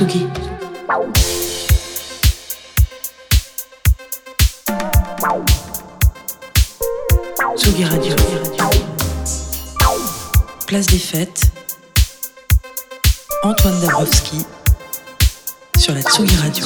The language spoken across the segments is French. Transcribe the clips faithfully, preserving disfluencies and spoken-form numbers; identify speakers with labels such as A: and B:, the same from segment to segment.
A: Tsugi. Tsugi Radio. Place des Fêtes. Antoine Dabrowski sur la Tsugi Radio.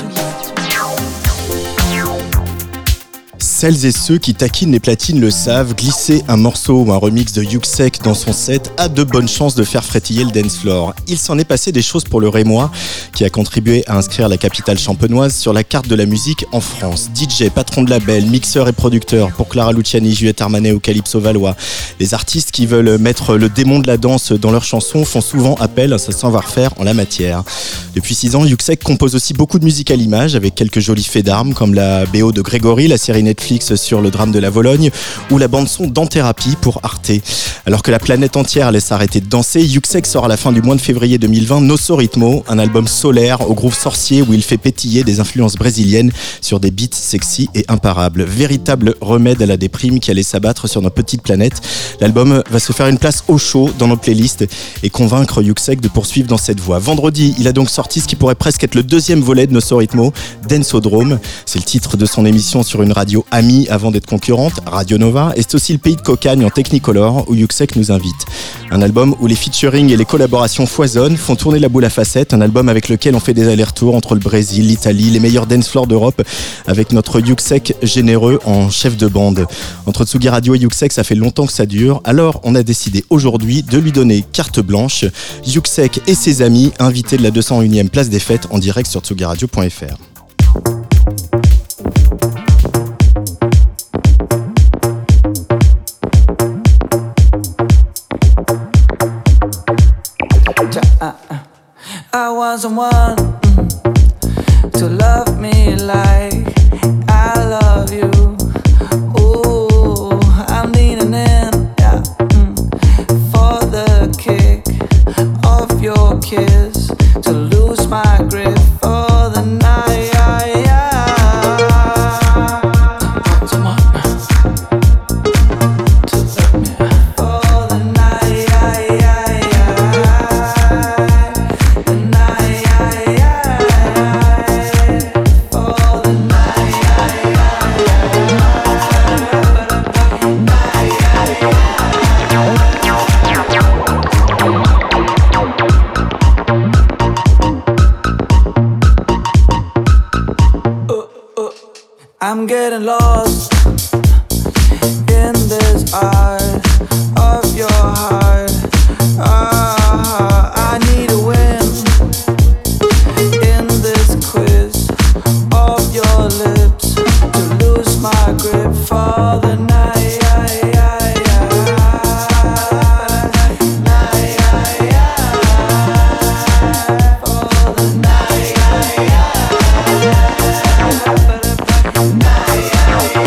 B: Celles et ceux qui taquinent les platines le savent, glisser un morceau ou un remix de Yuksek dans son set a de bonnes chances de faire frétiller le dance floor. Il s'en est passé des choses pour le Rémois, qui a contribué à inscrire la capitale champenoise sur la carte de la musique en France. D J, patron de label, mixeur et producteur pour Clara Luciani, Juliette Armanet ou Calypso Valois. Les artistes qui veulent mettre le démon de la danse dans leurs chansons font souvent appel à sa savoir-faire en la matière. Depuis six ans, Yuksek compose aussi beaucoup de musique à l'image, avec quelques jolis faits d'armes comme la B O de Grégory, la série Netflix sur le drame de la Vologne ou la bande-son d'Anthérapie pour Arte. Alors que la planète entière laisse arrêter de danser, Yuksek sort à la fin du mois de février deux mille vingt Nosso Ritmo, un album solaire au groove sorcier où il fait pétiller des influences brésiliennes sur des beats sexy et imparables. Véritable remède à la déprime qui allait s'abattre sur notre petite planète. L'album va se faire une place au chaud dans nos playlists et convaincre Yuksek de poursuivre dans cette voie. Vendredi, il a donc sorti ce qui pourrait presque être le deuxième volet de Nosso Ritmo, Dansodrome. C'est le titre de son émission sur une radio amie avant d'être concurrente, Radio Nova, et c'est aussi le pays de cocagne en Technicolor où Yuksek nous invite. Un album où les featuring et les collaborations foisonnent, font tourner la boule à facettes, un album avec lequel on fait des allers-retours entre le Brésil, l'Italie, les meilleurs dance floors d'Europe, avec notre Yuksek généreux en chef de bande. Entre Tsugi Radio et Yuksek, ça fait longtemps que ça dure, alors on a décidé aujourd'hui de lui donner carte blanche. Yuksek et ses amis, invités de la deux cent unième place des Fêtes en direct sur tsugi radio point f r.
C: I wasn't one mm, to love me like I love you. Ooh, I'm leaning in, yeah, mm, for the kick of your kiss, to lose my grip for the night. I'm getting lost in this art of your heart. Ah, I need a win in this quiz of your lips to lose my grip for the night.
D: Yeah.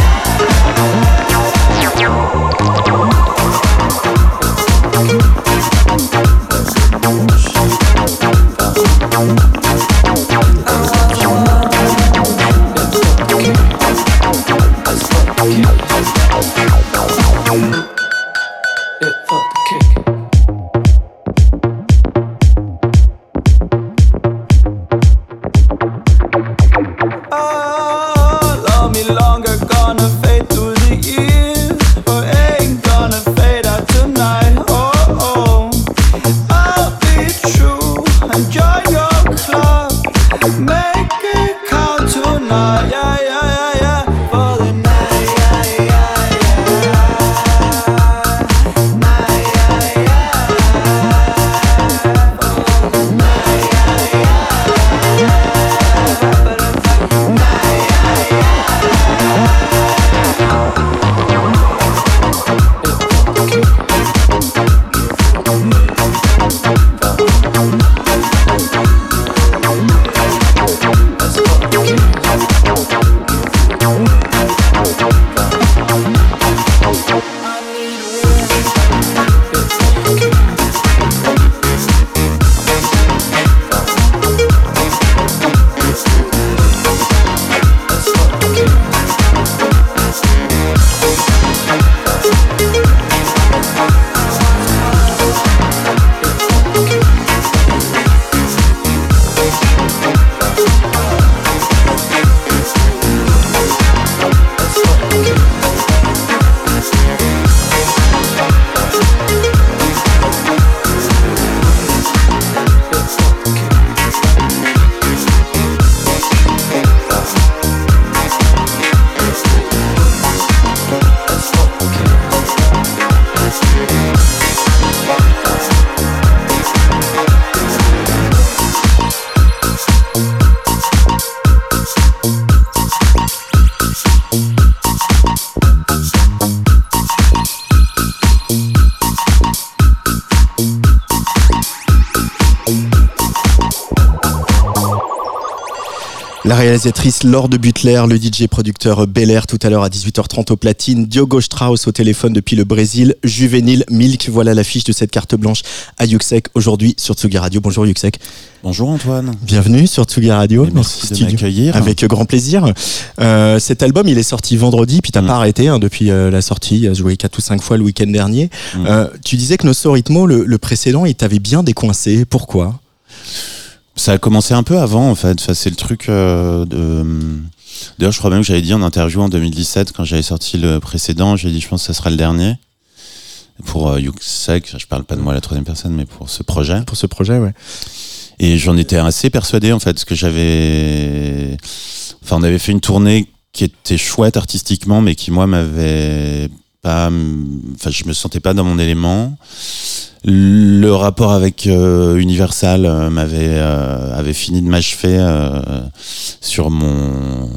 B: La réalisatrice Laure de Butler, le D J producteur Bel Air tout à l'heure à dix-huit heures trente au platine, Diogo Strauss au téléphone depuis le Brésil, Juvénile Milk, voilà l'affiche de cette carte blanche à Yuxek aujourd'hui sur Tsugi Radio. Bonjour Yuxek.
D: Bonjour Antoine.
B: Bienvenue sur Tsugi Radio.
D: Et merci de m'accueillir.
B: Avec grand plaisir. Euh, cet album, il est sorti vendredi, puis t'as mmh. pas arrêté hein, depuis euh, la sortie. Il a joué quatre ou cinq fois le week-end dernier. Mmh. Euh, tu disais que Nosso Ritmo, le, le précédent, il t'avait bien décoincé. Pourquoi ?
D: Ça a commencé un peu avant en fait. Enfin, c'est le truc euh, de. D'ailleurs, je crois même que j'avais dit en interview en deux mille dix-sept quand j'avais sorti le précédent, j'ai dit je pense que ça sera le dernier pour euh, Yuxek. Je parle pas de moi à la troisième personne, mais pour ce projet.
B: Pour ce projet, ouais.
D: Et j'en étais assez persuadé en fait, parce que j'avais. Enfin, on avait fait une tournée qui était chouette artistiquement, mais qui moi m'avait pas. Enfin, je me sentais pas dans mon élément. Le rapport avec euh, Universal euh, m'avait euh, avait fini de m'achever euh, sur mon,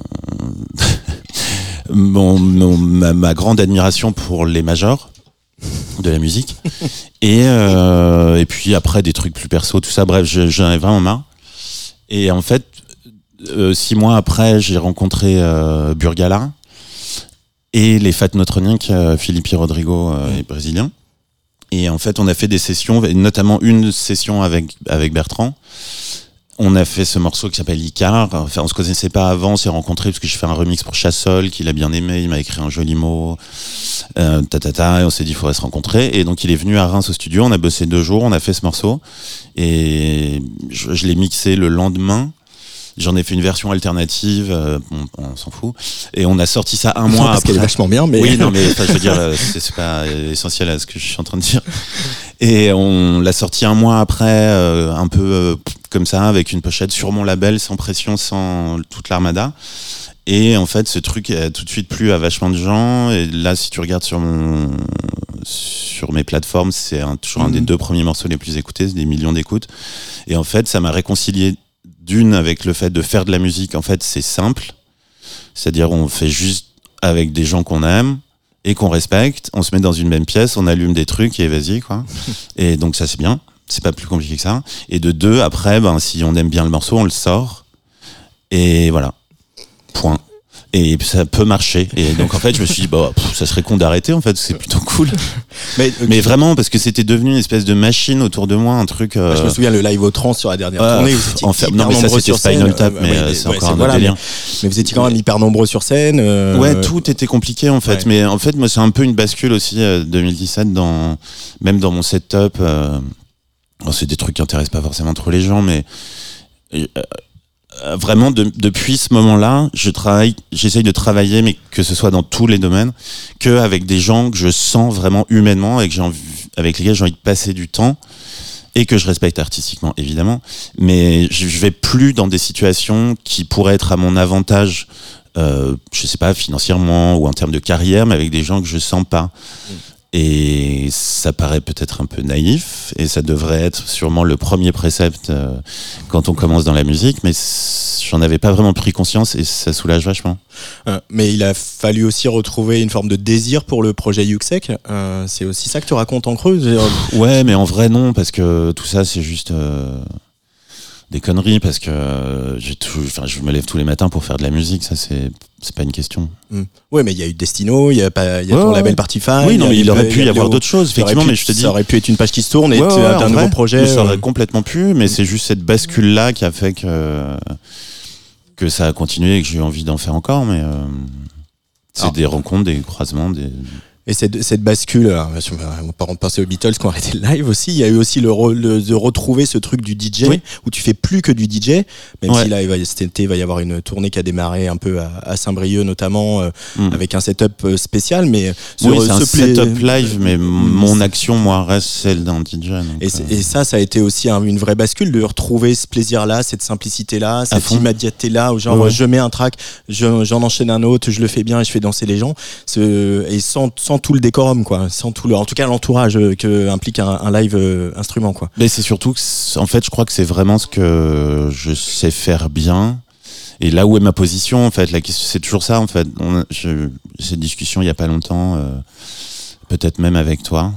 D: mon, mon ma, ma grande admiration pour les majors de la musique et euh, et puis après des trucs plus perso tout ça, bref, j'en avais vraiment marre. Et en fait euh, six mois après j'ai rencontré euh, Burgala et les Fat Notroniques, euh, Philippe et Rodrigo euh, et brésiliens. Et en fait, on a fait des sessions, notamment une session avec avec Bertrand. On a fait ce morceau qui s'appelle Icar. Enfin, on se connaissait pas avant, on s'est rencontrés parce que je fais un remix pour Chassol, qu'il a bien aimé, il m'a écrit un joli mot, euh, ta, ta, ta, et on s'est dit il faudrait se rencontrer. Et donc il est venu à Reims au studio, on a bossé deux jours, on a fait ce morceau, et je, je l'ai mixé le lendemain. J'en ai fait une version alternative, euh, on, on s'en fout. Et on a sorti ça un mois
B: parce
D: après.
B: Qu'elle est vachement bien, mais.
D: Oui, non, mais je veux dire, c'est, c'est pas essentiel à ce que je suis en train de dire. Et on l'a sorti un mois après, euh, un peu euh, comme ça, avec une pochette sur mon label, sans pression, sans toute l'armada. Et en fait, ce truc a tout de suite plu à vachement de gens. Et là, si tu regardes sur mon, sur mes plateformes, c'est un, toujours mmh. un des deux premiers morceaux les plus écoutés, c'est des millions d'écoutes. Et en fait, ça m'a réconcilié d'une avec le fait de faire de la musique. En fait, c'est simple, c'est-à-dire on fait juste avec des gens qu'on aime et qu'on respecte, on se met dans une même pièce, on allume des trucs et vas-y quoi. Et donc ça c'est bien, c'est pas plus compliqué que ça. Et de deux, après, ben si on aime bien le morceau, on le sort et voilà, point. Et ça peut marcher. Et donc en fait, je me suis dit bah pff, ça serait con d'arrêter en fait, c'est plutôt cool. mais, okay. mais vraiment parce que c'était devenu une espèce de machine autour de moi, un truc. Euh...
B: Je me souviens le live au trans sur la dernière euh, tournée. Vous étiez
D: en fait, non mais ça c'était Spinal Tap, mais euh, c'est ouais, encore c'est un voilà, autre délire.
B: Mais, mais vous étiez quand même hyper nombreux sur scène. Euh...
D: Ouais, tout était compliqué en fait. Ouais. Mais en fait, moi c'est un peu une bascule aussi euh, deux mille dix-sept dans même dans mon setup. Euh... Bon, c'est des trucs qui intéressent pas forcément trop les gens, mais euh, vraiment de, depuis ce moment-là, je travaille, j'essaye de travailler, mais que ce soit dans tous les domaines, que avec des gens que je sens vraiment humainement, avec, j'ai envie, avec lesquels j'ai envie de passer du temps et que je respecte artistiquement évidemment, mais je, je vais plus dans des situations qui pourraient être à mon avantage, euh, je sais pas financièrement ou en termes de carrière, mais avec des gens que je sens pas. Mmh. Et ça paraît peut-être un peu naïf, et ça devrait être sûrement le premier précepte euh, quand on commence dans la musique, mais j'en avais pas vraiment pris conscience et ça soulage vachement.
B: Euh, mais il a fallu aussi retrouver une forme de désir pour le projet Yuxek. Euh, c'est aussi ça que tu racontes en creux.
D: Ouais, mais en vrai non, parce que tout ça c'est juste euh, des conneries, parce que euh, j'ai tout, enfin, je me lève tous les matins pour faire de la musique, ça c'est c'est pas une question.
B: Mmh. Ouais, mais il y a eu Destino, il y a pas, il y a ouais, ton ouais. label Party Fine.
D: Oui, non, mais il, il aurait pu y avoir
B: autre,
D: d'autres choses, effectivement,
B: pu,
D: mais je te dis.
B: Ça aurait pu être une page qui se tourne et
D: ouais, ouais,
B: un nouveau
D: vrai,
B: projet.
D: Ça aurait euh... complètement pu, mais mmh. c'est juste cette bascule-là qui a fait que, que ça a continué et que j'ai eu envie d'en faire encore, mais euh, c'est Alors. des rencontres, des croisements, des.
B: Et cette, cette bascule, on va pas penser aux Beatles qui ont arrêté le live aussi, il y a eu aussi le, le de retrouver ce truc du D J, oui. où tu fais plus que du D J, même ouais. si là il va, cet été il va y avoir une tournée qui a démarré un peu à, à Saint-Brieuc notamment, euh, mm. avec un setup spécial, mais
D: ce, oui, c'est ce un play... setup live, mais mm. mon action moi reste celle d'un D J. Donc
B: et, euh... et ça, ça a été aussi un, une vraie bascule de retrouver ce plaisir-là, cette simplicité-là, cette immédiateté-là, où genre ouais. je mets un track, je, j'en enchaîne un autre, je le fais bien et je fais danser les gens, ce, et sans, sans tout le décorum quoi, sans tout le, en tout cas l'entourage que implique un, un live euh, instrument quoi.
D: Mais c'est surtout que en fait je crois que c'est vraiment ce que je sais faire bien et là où est ma position en fait, la question c'est toujours ça en fait. On a, je, cette discussion il y a pas longtemps, euh, peut-être même avec toi.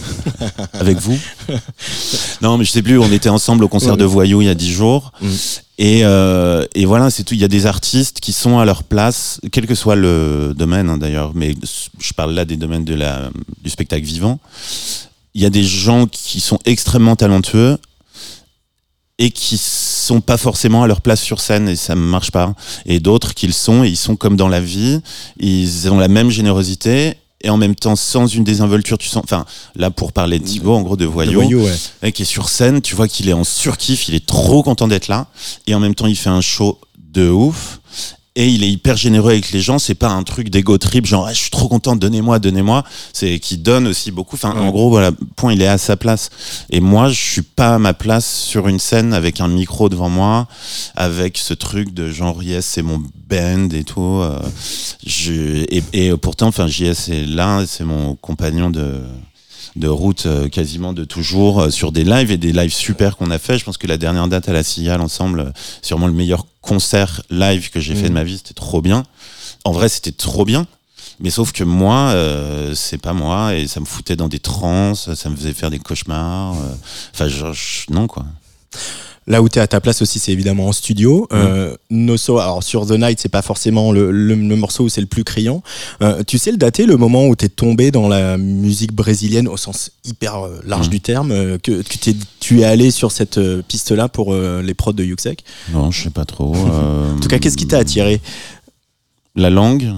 D: avec vous. Non mais je sais plus, on était ensemble au concert ouais, de Voyou il y a dix jours. Mmh. Et, euh, et voilà, c'est tout. Il y a des artistes qui sont à leur place, quel que soit le domaine hein, d'ailleurs, mais je parle là des domaines de la, du spectacle vivant. Il y a des gens qui sont extrêmement talentueux et qui sont pas forcément à leur place sur scène et ça ne marche pas. Et d'autres qui le sont et ils sont comme dans la vie, ils ont la même générosité et en même temps sans une désinvolture. Tu sens, enfin là pour parler de Thibaut, en gros de Voyou,
B: de Voyou ouais.
D: Mec, qui est sur scène, tu vois qu'il est en surkiff, il est trop content d'être là et en même temps il fait un show de ouf. Et il est hyper généreux avec les gens, c'est pas un truc d'égo trip, genre ah, je suis trop content, donnez-moi, donnez-moi. C'est qui donne aussi beaucoup. Enfin, ouais. En gros, voilà, point, il est à sa place. Et moi, je suis pas à ma place sur une scène avec un micro devant moi, avec ce truc de genre yes, c'est mon band et tout. Euh, je, et, et pourtant, enfin, J S est là, c'est mon compagnon de. de route euh, quasiment de toujours euh, sur des lives et des lives super qu'on a fait. Je pense que la dernière date à la Cigale ensemble, euh, sûrement le meilleur concert live que j'ai mmh. fait de ma vie, c'était trop bien. En vrai, c'était trop bien. Mais sauf que moi, euh, c'est pas moi et ça me foutait dans des transes, ça me faisait faire des cauchemars. Enfin, euh, genre, je, non quoi.
B: Là où tu es à ta place aussi, c'est évidemment en studio. Mmh. Euh, Nosso, alors sur The Night, c'est pas forcément le, le, le morceau où c'est le plus criant. Euh, tu sais le dater, le moment où tu es tombé dans la musique brésilienne au sens hyper euh, large mmh. du terme, euh, que, que t'es, tu es allé sur cette euh, piste-là pour euh, les prods de Yuxek?
D: Non, je sais pas trop. Euh...
B: en tout cas, qu'est-ce qui t'a attiré?
D: La langue.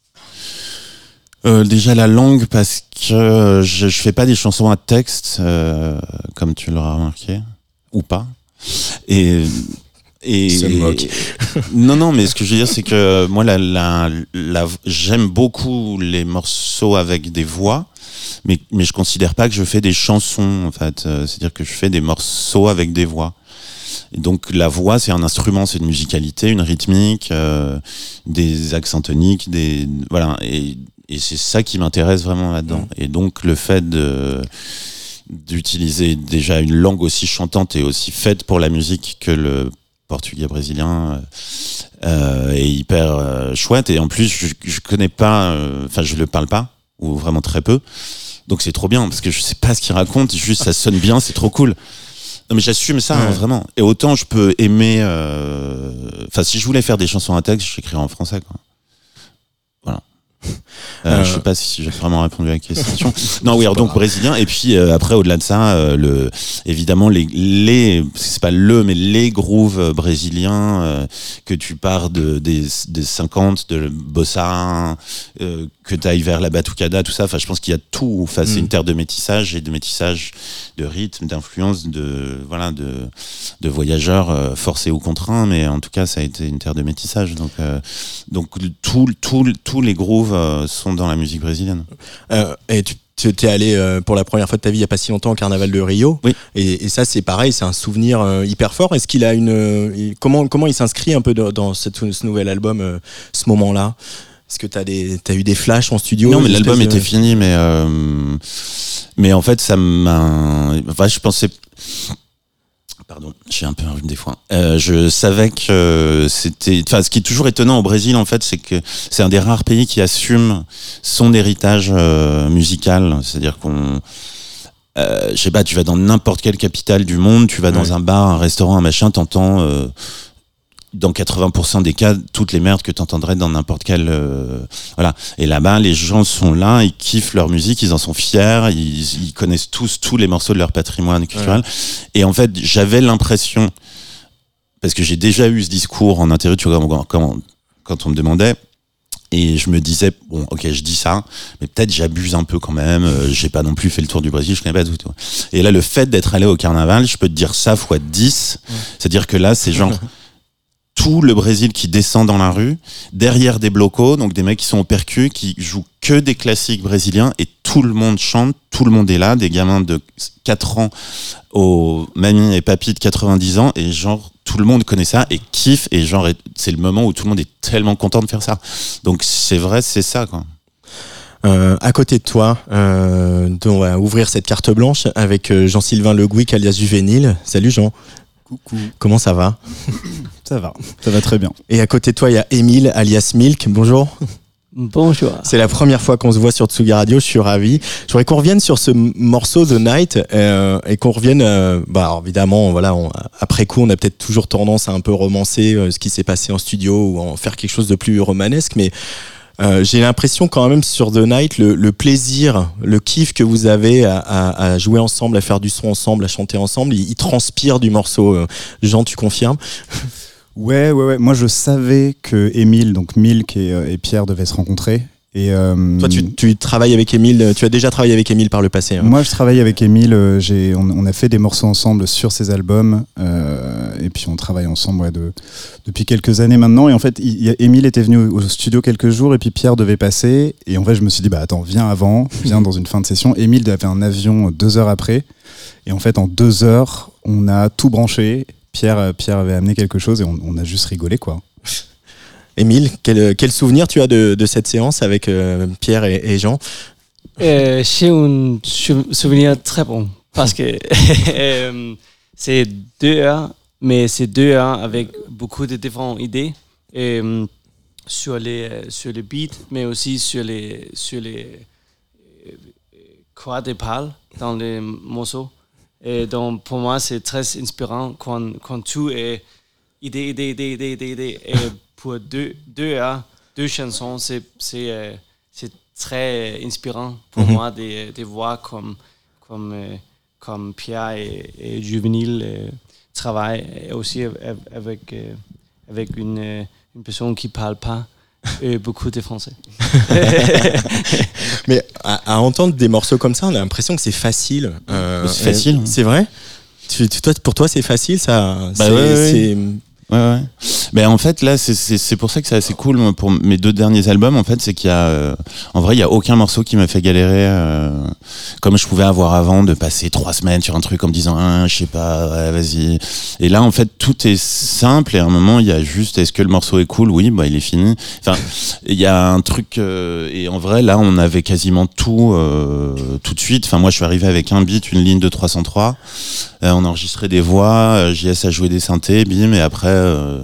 D: Euh, déjà la langue parce que je, je fais pas des chansons à texte, euh, comme tu l'auras remarqué, ou pas. Et et, et non non mais ce que je veux dire c'est que moi la, la, la j'aime beaucoup les morceaux avec des voix mais mais je considère pas que je fais des chansons en fait, c'est-à-dire que je fais des morceaux avec des voix. Et donc la voix c'est un instrument, c'est une musicalité, une rythmique, euh, des accents toniques, des voilà et et c'est ça qui m'intéresse vraiment là-dedans. Et donc le fait de d'utiliser déjà une langue aussi chantante et aussi faite pour la musique que le portugais brésilien euh, est hyper euh, chouette. Et en plus, je, je connais pas, enfin, euh, je le parle pas, ou vraiment très peu. Donc c'est trop bien, parce que je sais pas ce qu'il raconte, juste ça sonne bien, c'est trop cool. Non mais j'assume ça, ouais. hein, vraiment. Et autant je peux aimer... Enfin, euh, si je voulais faire des chansons à texte, j'écrirais en français, quoi. Voilà. Euh, euh... Je sais pas si j'ai vraiment répondu à la question. Non, oui, alors donc brésilien. Et puis euh, après, au-delà de ça, euh, le, évidemment, les, les, c'est pas le, mais les grooves brésiliens euh, que tu pars de des, des cinquante, de bossa, euh, que t'ailles vers la batucada, tout ça. Enfin, je pense qu'il y a tout. Enfin, c'est mm. une terre de métissage et de métissage de rythme, d'influence, de voilà, de de voyageurs euh, forcés ou contraints. Mais en tout cas, ça a été une terre de métissage. Donc euh, donc tout tout tous les grooves euh, sont dans la musique brésilienne. Euh,
B: et tu Tu es allé euh, pour la première fois de ta vie il n'y a pas si longtemps au Carnaval de Rio.
D: Oui.
B: Et, et ça c'est pareil, c'est un souvenir euh, hyper fort. Est-ce qu'il a une euh, comment comment il s'inscrit un peu dans, dans cette, ce nouvel album, euh, ce moment-là? Est-ce que t'as des t'as eu des flashs en studio?
D: Non, mais l'album de... était fini, mais euh, mais en fait ça m'a. Enfin, je pensais. Pardon, j'ai un peu un rhume des fois. Euh, je savais que c'était. Enfin, ce qui est toujours étonnant au Brésil, en fait, c'est que c'est un des rares pays qui assume son héritage euh, musical. C'est-à-dire qu'on, euh, je sais pas, tu vas dans n'importe quelle capitale du monde, tu vas ouais. dans un bar, un restaurant, un machin, t'entends. Euh, dans quatre-vingts pour cent des cas, toutes les merdes que t'entendrais dans n'importe quel... Euh, voilà. Et là-bas, les gens sont là, ils kiffent leur musique, ils en sont fiers, ils, ils connaissent tous tous les morceaux de leur patrimoine culturel. Ouais. Et en fait, j'avais l'impression, parce que j'ai déjà eu ce discours en interview, tu vois, quand, quand, quand on me demandait, et je me disais, bon, ok, je dis ça, mais peut-être j'abuse un peu quand même, euh, j'ai pas non plus fait le tour du Brésil, je connais pas tout. tout. Et là, le fait d'être allé au carnaval, je peux te dire ça fois dix, ouais. c'est-à-dire que là, c'est genre... tout le Brésil qui descend dans la rue, derrière des blocos, donc des mecs qui sont au percu, qui jouent que des classiques brésiliens, et tout le monde chante, tout le monde est là, des gamins de quatre ans aux mamies et papis de quatre-vingt-dix ans, et genre, tout le monde connaît ça, et kiffe, et genre, c'est le moment où tout le monde est tellement content de faire ça. Donc c'est vrai, c'est ça, quoi.
B: Euh, à côté de toi, euh, on va ouvrir cette carte blanche avec Jean-Sylvain Le Gouic alias Juvénile. Salut Jean.
E: Coucou.
B: Comment ça va?
E: Ça va, ça va très bien.
B: Et à côté de toi, il y a Émile alias Milk. Bonjour.
E: Bon choix.
B: C'est la première fois qu'on se voit sur Tsugi Radio, je suis ravi. Je voudrais qu'on revienne sur ce morceau The Night euh, et qu'on revienne, euh, bah alors évidemment, voilà, on, après coup, on a peut-être toujours tendance à un peu romancer euh, ce qui s'est passé en studio ou en faire quelque chose de plus romanesque, mais euh, j'ai l'impression quand même sur The Night, le, le plaisir, le kiff que vous avez à, à, à jouer ensemble, à faire du son ensemble, à chanter ensemble, il, il transpire du morceau. Euh, Jean, tu confirmes?
F: Ouais, ouais, ouais. Moi, je savais que Émile, donc Milk et, et Pierre devaient se rencontrer. Et euh,
B: toi, tu, tu travailles avec Émile. Tu as déjà travaillé avec Émile par le passé. Hein.
F: Moi, je travaille avec Émile. J'ai, on, on a fait des morceaux ensemble sur ses albums. Euh, et puis, on travaille ensemble ouais, de, depuis quelques années maintenant. Et en fait, il, il, Émile était venu au, au studio quelques jours. Et puis, Pierre devait passer. Et en fait, je me suis dit, bah attends, viens avant. Viens dans une fin de session. Émile avait un avion deux heures après. Et en fait, en deux heures, on a tout branché. Pierre, Pierre avait amené quelque chose et on, on a juste rigolé, quoi.
B: Émile, quel, quel souvenir tu as de, de cette séance avec euh, Pierre et, et Jean?
E: euh, J'ai un souvenir très bon parce que euh, c'est deux heures, mais c'est deux heures avec beaucoup de différentes idées euh, sur les sur les beats, mais aussi sur les sur les euh, cordes de parole dans les morceaux. Et donc, pour moi, c'est très inspirant quand, quand tout est idée, idée, idée, idée, idée, idée. Et pour deux, deux heures, deux chansons, c'est, c'est, euh, c'est très inspirant pour mm-hmm. moi de, de voir comme, comme, euh, comme Pierre et, et Juvenile euh, travaillent. Et aussi avec, euh, avec une, une personne qui ne parle pas et beaucoup de français.
B: Mais à, à entendre des morceaux comme ça, on a l'impression que c'est facile.
D: Euh, c'est facile. Hein.
B: C'est vrai. Tu, toi, pour toi, c'est facile, ça.
D: Bah
B: c'est,
D: ouais, ouais.
B: c'est...
D: Ouais, ouais. Ben en fait là c'est c'est c'est pour ça que c'est assez cool moi, pour mes deux derniers albums en fait, c'est qu'il y a euh, en vrai il y a aucun morceau qui m'a fait galérer euh, comme je pouvais avoir avant de passer trois semaines sur un truc en me disant ah, je sais pas ouais, vas-y, et là en fait tout est simple et à un moment il y a juste est-ce que le morceau est cool, oui bah il est fini, enfin il y a un truc euh, et en vrai là on avait quasiment tout euh, tout de suite, enfin moi je suis arrivé avec un beat, une ligne de trois cent trois, euh, on a enregistré des voix, euh, J S a joué des synthés, bim, et après euh,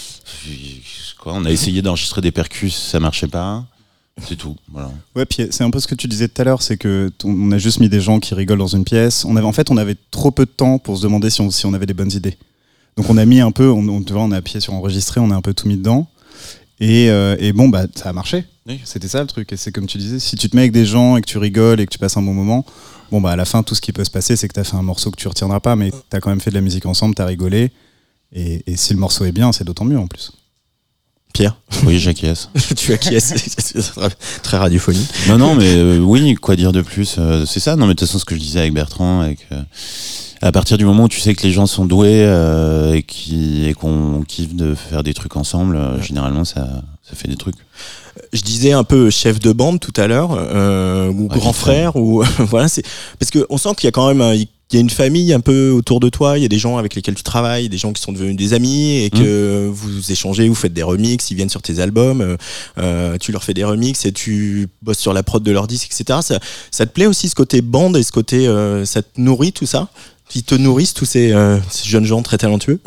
D: quoi, on a essayé d'enregistrer des percus, ça marchait pas. C'est tout, voilà.
F: Ouais, puis c'est un peu ce que tu disais tout à l'heure, c'est que t- on a juste mis des gens qui rigolent dans une pièce. On avait, en fait, on avait trop peu de temps pour se demander si on, si on avait des bonnes idées. Donc on a mis un peu, on, on, tu vois, on a appuyé sur enregistrer, on a un peu tout mis dedans. Et, euh, et bon, bah ça a marché. Oui. C'était ça le truc. Et c'est comme tu disais, si tu te mets avec des gens et que tu rigoles et que tu passes un bon moment, bon bah à la fin, tout ce qui peut se passer, c'est que t'as fait un morceau que tu retiendras pas, mais t'as quand même fait de la musique ensemble, t'as rigolé. Et, et si le morceau est bien, c'est d'autant mieux en plus.
B: Pierre?
D: Oui, j'acquiesce.
B: Tu acquiesces, c'est très, très radiophonique.
D: Non, non, mais euh, oui, quoi dire de plus euh, c'est ça, non, mais de toute façon, ce que je disais avec Bertrand, avec, euh, à partir du moment où tu sais que les gens sont doués euh, et, qui, et qu'on kiffe de faire des trucs ensemble, euh, généralement, ça, ça fait des trucs.
B: Je disais un peu chef de bande tout à l'heure, euh, ou
D: ouais,
B: grand frère, ou voilà, c'est parce que on sent qu'il y a quand même un, il y a une famille un peu autour de toi, il y a des gens avec lesquels tu travailles, des gens qui sont devenus des amis et que mmh. vous échangez, vous faites des remixes, ils viennent sur tes albums, euh, tu leur fais des remixes et tu bosses sur la prod de leurs disques, et cetera. Ça, ça te plaît aussi ce côté bande et ce côté, euh, ça te nourrit tout ça? Ils te nourrissent tous ces, euh, ces jeunes gens très talentueux?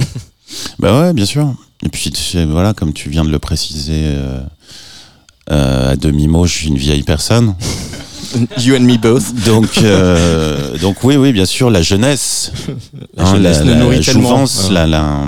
D: Bah ouais, bien sûr. Et puis voilà, comme tu viens de le préciser. Euh... Euh, à demi-mot, je suis une vieille personne.
B: You and me both.
D: Donc, euh, donc oui, oui, bien sûr, la jeunesse,
B: la,
D: hein,
B: jeunesse
D: la,
B: la,
D: la jouvence,
B: ouais.
D: la, la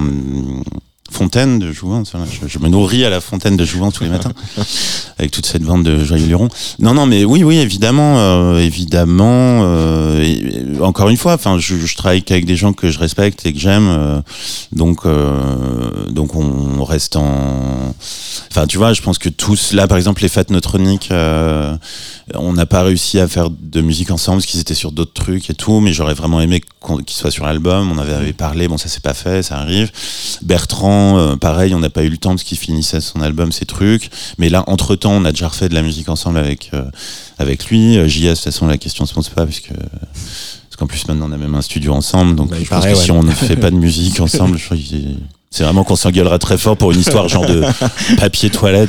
D: fontaine de jouvence. Voilà. Je, je me nourris à la fontaine de jouvence tous les matins, avec toute cette vente de joyeux lurons. Non, non, mais oui, oui, évidemment, euh, évidemment. Euh, et, et, encore une fois, enfin, je, je travaille qu'avec des gens que je respecte et que j'aime, euh, donc, euh, donc on reste en. Enfin, tu vois, je pense que tous, là, par exemple, les fêtes neutroniques, euh, on n'a pas réussi à faire de musique ensemble parce qu'ils étaient sur d'autres trucs et tout, mais j'aurais vraiment aimé qu'ils soient sur l'album. On avait, avait parlé, bon, ça s'est pas fait, ça arrive. Bertrand, euh, pareil, on n'a pas eu le temps parce qu'il finissait son album, ses trucs. Mais là, entre-temps, on a déjà refait de la musique ensemble avec, euh, avec lui. J S, de toute façon, la question se pose pas parce que. Parce qu'en plus, maintenant, on a même un studio ensemble. Donc, bah, je pense que ouais. si on ne fait pas de musique ensemble, je crois qu'il. C'est vraiment qu'on s'engueulera très fort pour une histoire genre de papier toilette.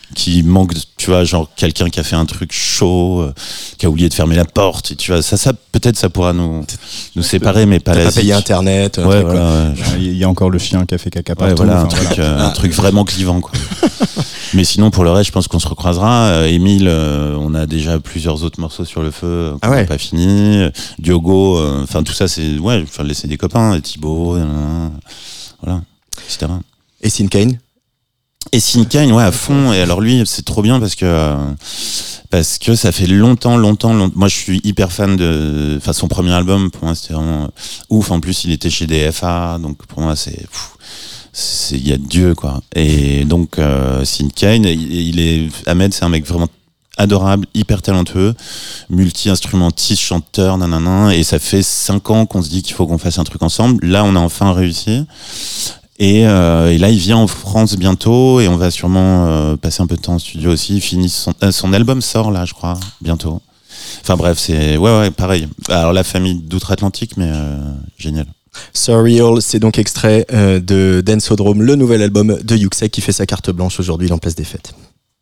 D: qui manque, de, tu vois, genre quelqu'un qui a fait un truc chaud, euh, qui a oublié de fermer la porte, et tu vois, ça, ça peut-être ça pourra nous, nous séparer, mais pas
B: T'as
D: la
B: pas payé internet. un
D: Ouais,
B: truc,
D: voilà,
B: quoi.
D: ouais.
F: Il y a encore le chien qui a fait caca partout.
D: Ouais, voilà, un
F: enfin,
D: truc,
F: voilà.
D: euh, un truc vraiment clivant, quoi. Mais sinon, pour le reste, je pense qu'on se recroisera. Euh, Émile, euh, on a déjà plusieurs autres morceaux sur le feu euh, qu'on
B: Ah ouais.
D: n'a pas fini. Diogo, enfin tout ça, c'est ouais, enfin laisser des copains, et Thibaut, euh, voilà, et cetera.
B: Et Sin Kane.
D: Et Sinkane, ouais, à fond. Et alors lui, c'est trop bien parce que euh, parce que ça fait longtemps, longtemps, longtemps. Moi, je suis hyper fan de. Enfin, son premier album, pour moi, c'était vraiment ouf. En plus, il était chez D F A, donc pour moi, c'est. Pff, c'est il y a Dieu, quoi. Et donc, euh, Sinkane, il, il est. Ahmed, c'est un mec vraiment adorable, hyper talentueux, multi-instrumentiste, chanteur, nanana. Et ça fait cinq ans qu'on se dit qu'il faut qu'on fasse un truc ensemble. Là, on a enfin réussi. Et, euh, et là, il vient en France bientôt et on va sûrement euh, passer un peu de temps en studio aussi. Il finit son, euh, son album sort là, je crois, bientôt. Enfin bref, c'est ouais ouais pareil. Alors la famille d'outre-Atlantique, mais euh, génial.
B: Surreal, c'est donc extrait euh, de Dansodrome, le nouvel album de Yuxek qui fait sa carte blanche aujourd'hui dans Place des Fêtes.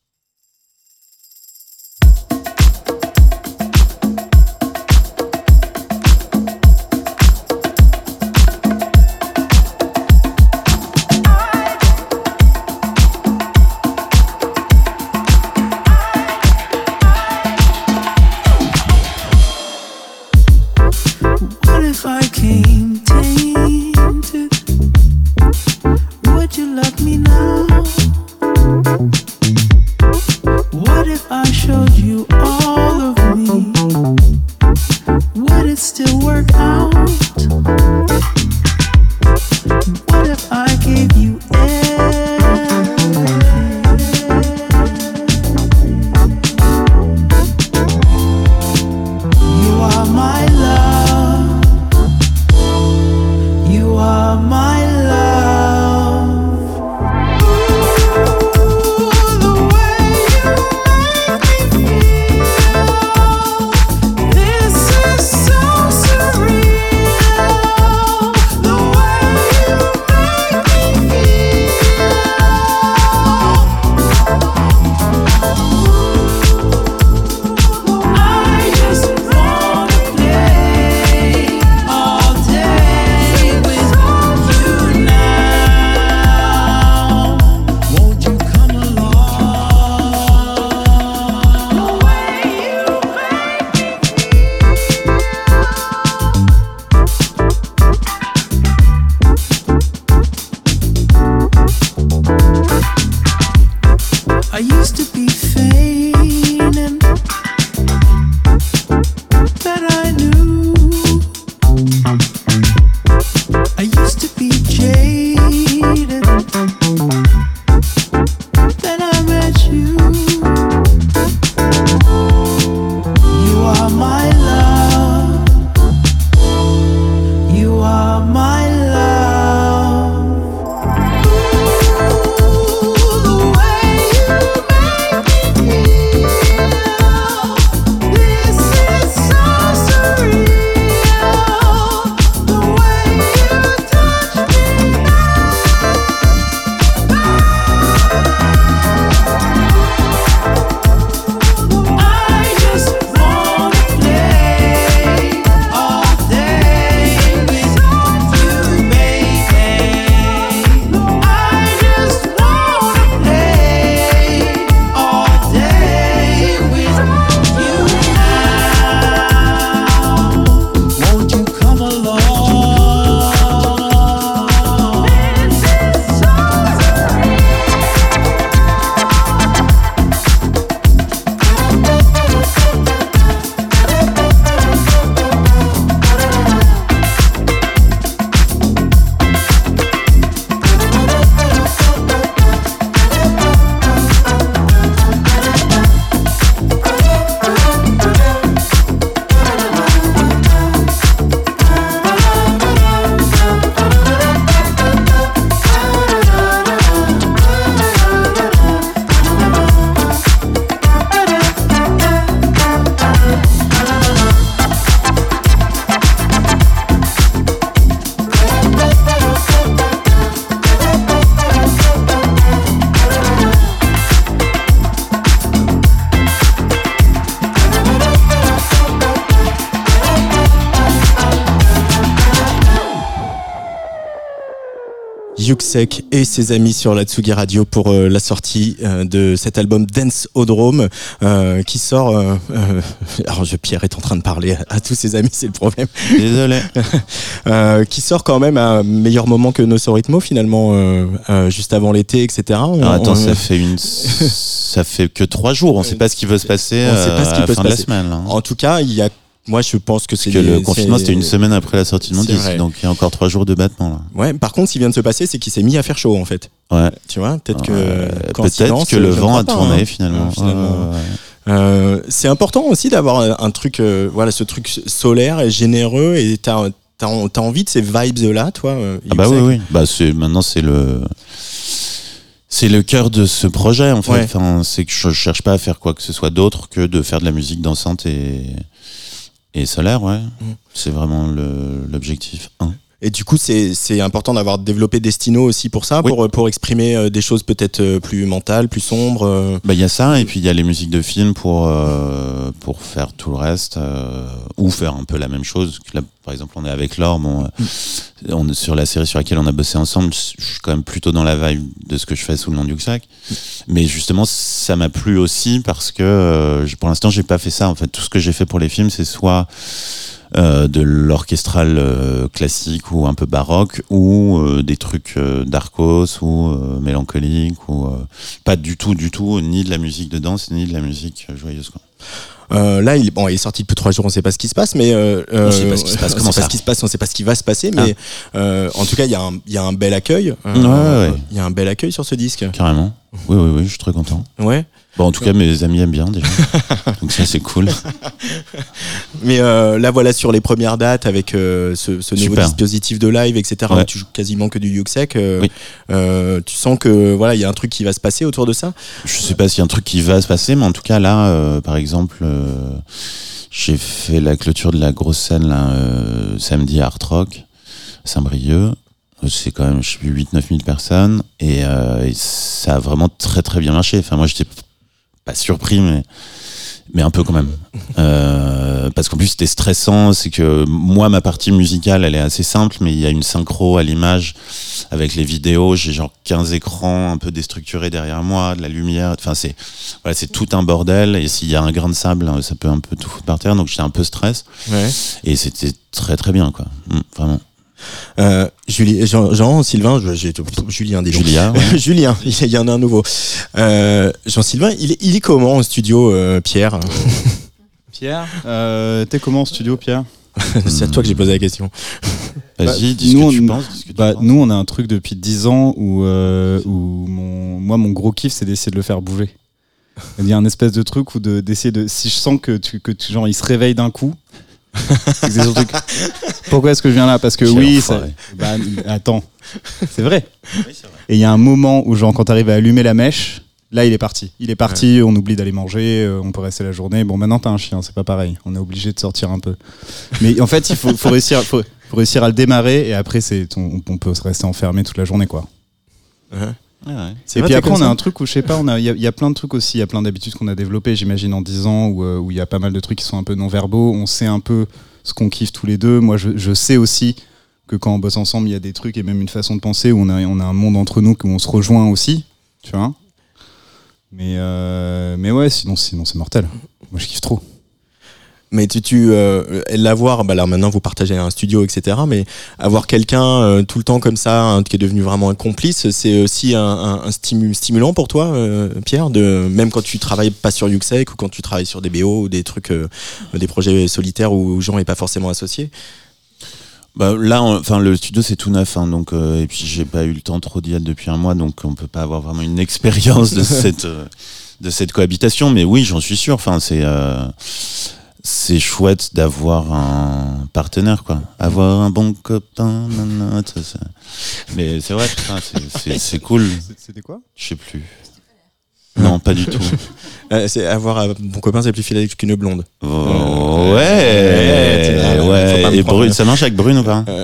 C: What if I came tainted? Would you love me now? What if I showed you all of me? Would it still work out? What if I gave you everything? You are my love.
B: Yuxek et ses amis sur la Tsugi Radio pour euh, la sortie euh, de cet album Dance Odrome euh, qui sort. Euh, euh, alors, je, Pierre est en train de parler à, à tous ses amis, c'est le problème.
D: Désolé.
B: euh, qui sort quand même à un meilleur moment que Nosso Ritmo finalement, euh, euh, juste avant l'été, et cetera. On,
D: Alors, attends,
B: on,
D: ça fait une, ça fait que trois jours. On ne sait pas ce qui va se passer
B: On sait pas ce
D: euh,
B: qui
D: à
B: peut
D: la
B: se
D: fin de la
B: passer.
D: semaine. Là.
B: En tout cas, il y a. Moi, je pense que c'est.
D: Parce que
B: des-
D: le confinement,
B: c'est-
D: c'était une semaine après la sortie de mon
B: C'est
D: disque,
B: vrai.
D: donc il y a encore trois jours de battement là.
B: Ouais. Par contre, ce qui vient de se passer, c'est qu'il s'est mis à faire chaud en fait.
D: Ouais.
B: Tu vois, peut-être que.
D: Euh,
B: coïncidence,
D: Peut-être que le
B: je ne
D: vent
B: crois
D: a
B: pas,
D: tourné
B: hein.
D: finalement.
B: Euh, finalement.
D: Ouais, ouais, ouais.
B: Euh, c'est important aussi d'avoir un, un truc, euh, voilà, ce truc solaire et généreux, et t'as, t'as, t'as envie de ces vibes là, toi. euh,
D: Ah bah oui,
B: Yuxek.
D: oui. Bah c'est maintenant c'est le c'est le cœur de ce projet en fait.
B: Ouais.
D: Enfin, c'est que je cherche pas à faire quoi que ce soit d'autre que de faire de la musique dansante et et solaire, ouais.
B: Mm.
D: C'est vraiment le l'objectif un.
B: Et du coup, c'est, c'est important d'avoir développé Destino aussi pour ça,
D: Oui.
B: pour, pour exprimer euh, des choses peut-être euh, plus mentales, plus sombres. euh.
D: Bah il y a ça et puis il y a les musiques de film pour euh, pour faire tout le reste euh, ou faire un peu la même chose. Là, par exemple, on est avec Laure, bon, euh, on est sur la série sur laquelle on a bossé ensemble. Je suis quand même plutôt dans la vibe de ce que je fais sous le nom du Yuxek. Mais justement, ça m'a plu aussi parce que euh, pour l'instant, j'ai pas fait ça. En fait, tout ce que j'ai fait pour les films, c'est soit Euh, de l'orchestral euh, classique ou un peu baroque ou euh, des trucs euh, d'Arcos ou euh, mélancolique ou euh, pas du tout du tout ni de la musique de danse ni de la musique euh, joyeuse quoi.
B: Euh, là, il, bon, il est sorti depuis trois jours, on sait pas ce qui se passe, mais euh,
D: On sait pas ce qui se passe,
B: on
D: comment
B: sait pas
D: ça
B: ce qui se passe, on sait pas ce qui va se passer, mais euh, en tout cas, il y a un, il y a un bel accueil. euh,
D: Ouais, ouais, ouais.
B: Il y a un bel accueil sur ce disque.
D: Carrément. Oui oui oui, je suis très content.
B: Ouais.
D: Bon, en tout cas, mes amis aiment bien déjà. Donc ça c'est cool.
B: Mais euh, là, voilà, sur les premières dates, avec euh, ce, ce nouveau
D: Super.
B: dispositif de live, et cetera,
D: Ouais.
B: où tu joues quasiment que du Yuxek, euh,
D: Oui.
B: euh, tu sens que voilà, il y a un truc qui va se passer autour de ça.
D: Je sais pas s'il y a un truc qui va se passer, mais en tout cas là, euh, par exemple, euh, j'ai fait la clôture de la grosse scène là, euh, samedi à Art Rock, Saint-Brieuc. C'est quand même, je sais plus, huit neuf mille personnes et, euh, et ça a vraiment très très bien marché. Enfin, moi, j'étais pas surpris, mais mais un peu quand même. Euh, parce qu'en plus, c'était stressant. C'est que moi, ma partie musicale, elle est assez simple, mais il y a une synchro à l'image avec les vidéos. J'ai genre quinze écrans un peu déstructurés derrière moi, de la lumière. Enfin, c'est voilà, c'est tout un bordel. Et s'il y a un grain de sable, ça peut un peu tout foutre par terre. Donc, j'étais un peu stress.
B: Ouais.
D: Et c'était très très bien, quoi. Mmh, vraiment.
B: Euh, Julie, Jean, Jean, Sylvain, je- j'ai Julien, dis donc.
D: Julia, ouais.
B: Julien, il y en a un nouveau. Euh, Jean-Sylvain, il est, il est comment en studio, euh, Pierre?
F: Pierre, euh, t'es comment en studio, Pierre?
B: C'est à toi que j'ai posé la question.
D: Vas-y,
F: Bah,
D: dis ce
F: nous,
D: que tu
F: on-
D: penses. dis ce que tu
F: Bah,
D: penses.
F: nous, on a un truc depuis dix ans où, euh, où mon, moi, mon gros kiff, c'est d'essayer de le faire bouger. Il y a un espèce de truc où de, d'essayer de. Si je sens que tu, que tu, genre, il se réveille d'un coup. c'est que c'est surtout que- Pourquoi est-ce que je viens là? Parce que
D: Quel
F: oui, ça,
D: enfoiré.
F: bah, attends, c'est vrai. Et il y a un moment où, genre, quand t'arrives à allumer la mèche, là, il est parti. Il est parti, on oublie d'aller manger, euh, on peut rester la journée. Bon, maintenant, t'as un chien, c'est pas pareil. On est obligé de sortir un peu. Mais en fait, il faut, faut, réussir, faut, faut réussir à le démarrer et après, c'est, on, on peut se rester enfermé toute la journée, quoi.
D: Ouais, ouais.
B: C'est
F: Et
B: vrai,
F: puis
B: t'es
F: après,
B: comme
F: on a
B: ça
F: un truc où, je sais pas, on a- il y, a- il y a plein de trucs aussi, il y a plein d'habitudes qu'on a développées, j'imagine, en dix ans, où euh, où il y a pas mal de trucs qui sont un peu non-verbaux. On sait un peu ce qu'on kiffe tous les deux. Moi, je, je sais aussi que quand on bosse ensemble, il y a des trucs et même une façon de penser où on a, on a un monde entre nous, où on se rejoint aussi, tu vois. Mais, euh, mais ouais, sinon, sinon c'est mortel. Moi, je kiffe trop.
B: Mais tu, tu euh, l'avoir, bah là maintenant vous partagez un studio, et cetera. Mais avoir quelqu'un euh, tout le temps comme ça, hein, qui est devenu vraiment un complice, c'est aussi un, un, un stimu- stimulant pour toi, euh, Pierre, de même quand tu travailles pas sur Yuxek ou quand tu travailles sur des B O ou des trucs, euh, des projets solitaires où Jean est pas forcément associé.
D: Bah là, on- enfin le studio c'est tout neuf, hein, donc euh, et puis j'ai pas eu le temps trop d'y être depuis un mois, donc on peut pas avoir vraiment une expérience de cette euh, de cette cohabitation. Mais oui, j'en suis sûr. Enfin, c'est euh, c'est chouette d'avoir un partenaire, quoi. Avoir un bon copain, nanana, ça, ça. Mais c'est vrai, putain, c'est c'est c'est cool.
F: C'était quoi?
D: Je sais plus. Non, pas du tout.
B: Euh, c'est avoir un bon copain, c'est plus fidèle qu'une blonde.
D: Oh, ouais,
B: ouais,
D: ouais.
B: faut pas me
D: Et
B: prendre.
D: Brune, ça marche avec Brune ou pas?
B: Euh.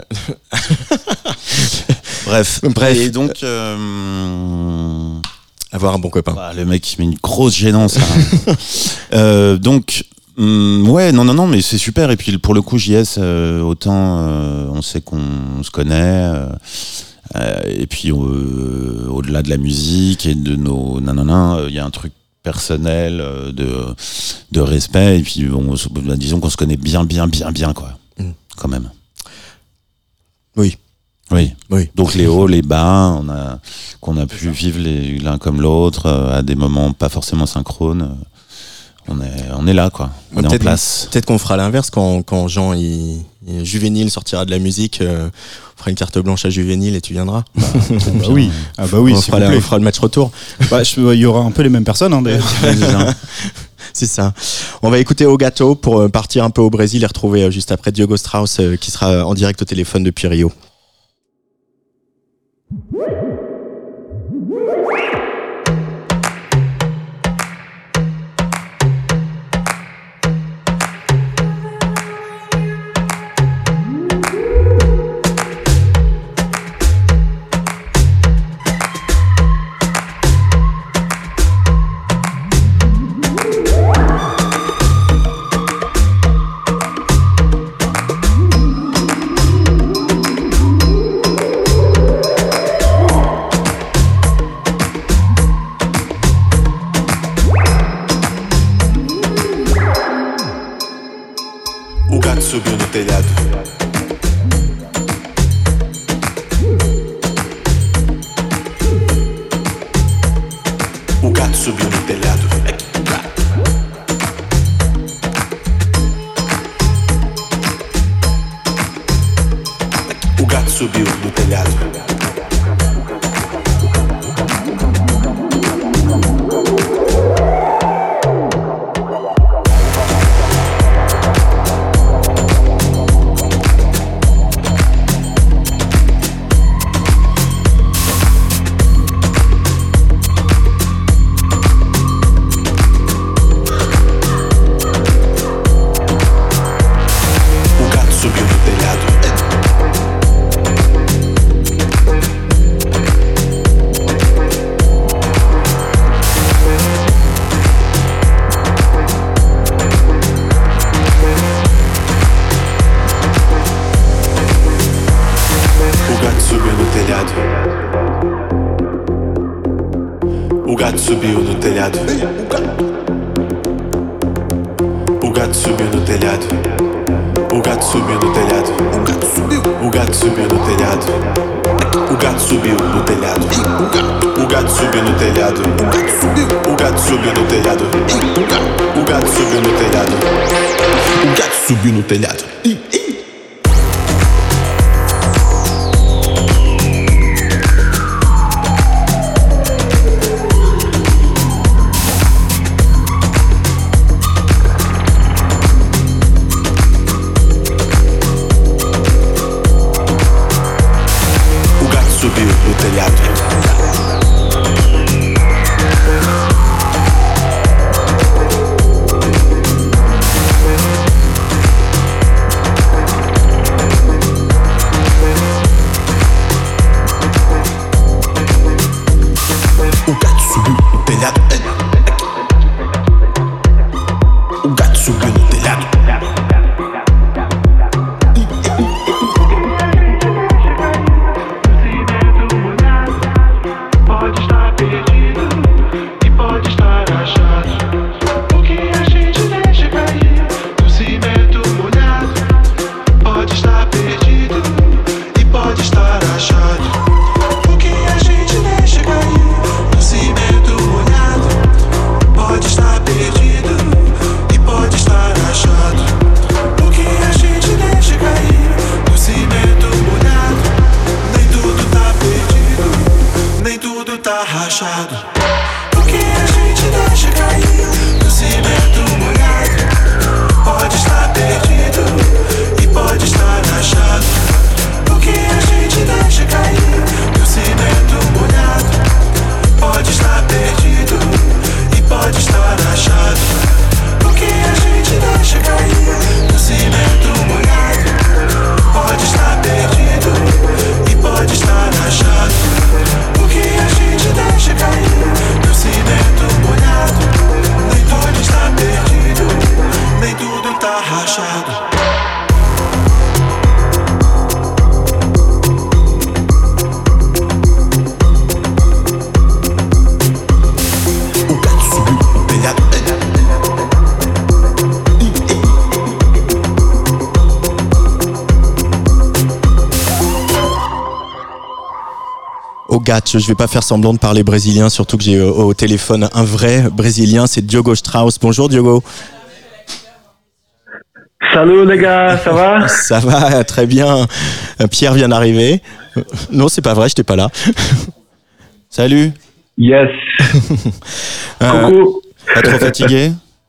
D: Bref,
B: Bref.
D: Et donc, euh,
B: Avoir un bon copain.
D: bah, le mec, il met une grosse gênance. Là. euh, donc, hum, ouais, non, non, non, mais c'est super. Et puis pour le coup, J S, euh, autant euh, on sait qu'on se connaît. Euh, Euh, et puis euh, au-delà de la musique et de nos nanana, il y a un truc personnel euh, de de respect. Et puis bon, disons qu'on se connaît bien, bien, bien, bien quoi, mm. quand même.
B: Oui.
D: Oui.
B: oui.
D: Donc les hauts, les bas, on a qu'on a pu vivre les, l'un comme l'autre euh, à des moments pas forcément synchrones. On est, on est là, quoi. On ouais, est en place.
B: Peut-être qu'on fera l'inverse quand, quand Jean, il, il, Juvénile sortira de la musique. Euh, on fera une carte blanche à Juvénile et tu viendras.
F: Bah, bah oui. Ah bah oui.
B: On, fera, la, on fera le match retour.
F: Bah, il bah, y aura un peu les mêmes personnes, hein, d'ailleurs.
B: C'est ça. On va écouter Au Gâteau pour partir un peu au Brésil et retrouver juste après Diogo Strauss qui sera en direct au téléphone depuis Rio.
G: Subiu no telhado. O gato subiu no telhado. O gato subiu no telhado. O gato subiu no telhado. O gato subiu no telhado. O gato subiu no telhado. O gato subiu. O gato subiu no telhado. O gato subiu no telhado. O gato subiu no telhado. O gato subiu. O gato subiu no telhado. O gato subiu no telhado. O gato subiu no telhado. Subiu no telhado. O gato subiu no telhado. O gato subiu no telhado. O que a gente deixa cair no cimento molhado pode estar perdido e pode estar rachado. O que a gente deixa cair no cimento molhado pode estar perdido e pode estar rachado. O que a gente deixa cair no cimento molhado pode estar perdido e pode estar rachado. O que a gente deixa cair
B: Gato. Je vais pas faire semblant de parler brésilien, surtout que j'ai au, au téléphone un vrai brésilien, c'est Diogo Strauss. Bonjour Diogo.
H: Salut les gars, ça va?
B: Ça va, très bien. Pierre vient d'arriver. Non, c'est pas vrai, j'étais pas là.
D: Salut.
H: Yes.
B: Euh,
H: Coucou.
D: Pas trop fatigué?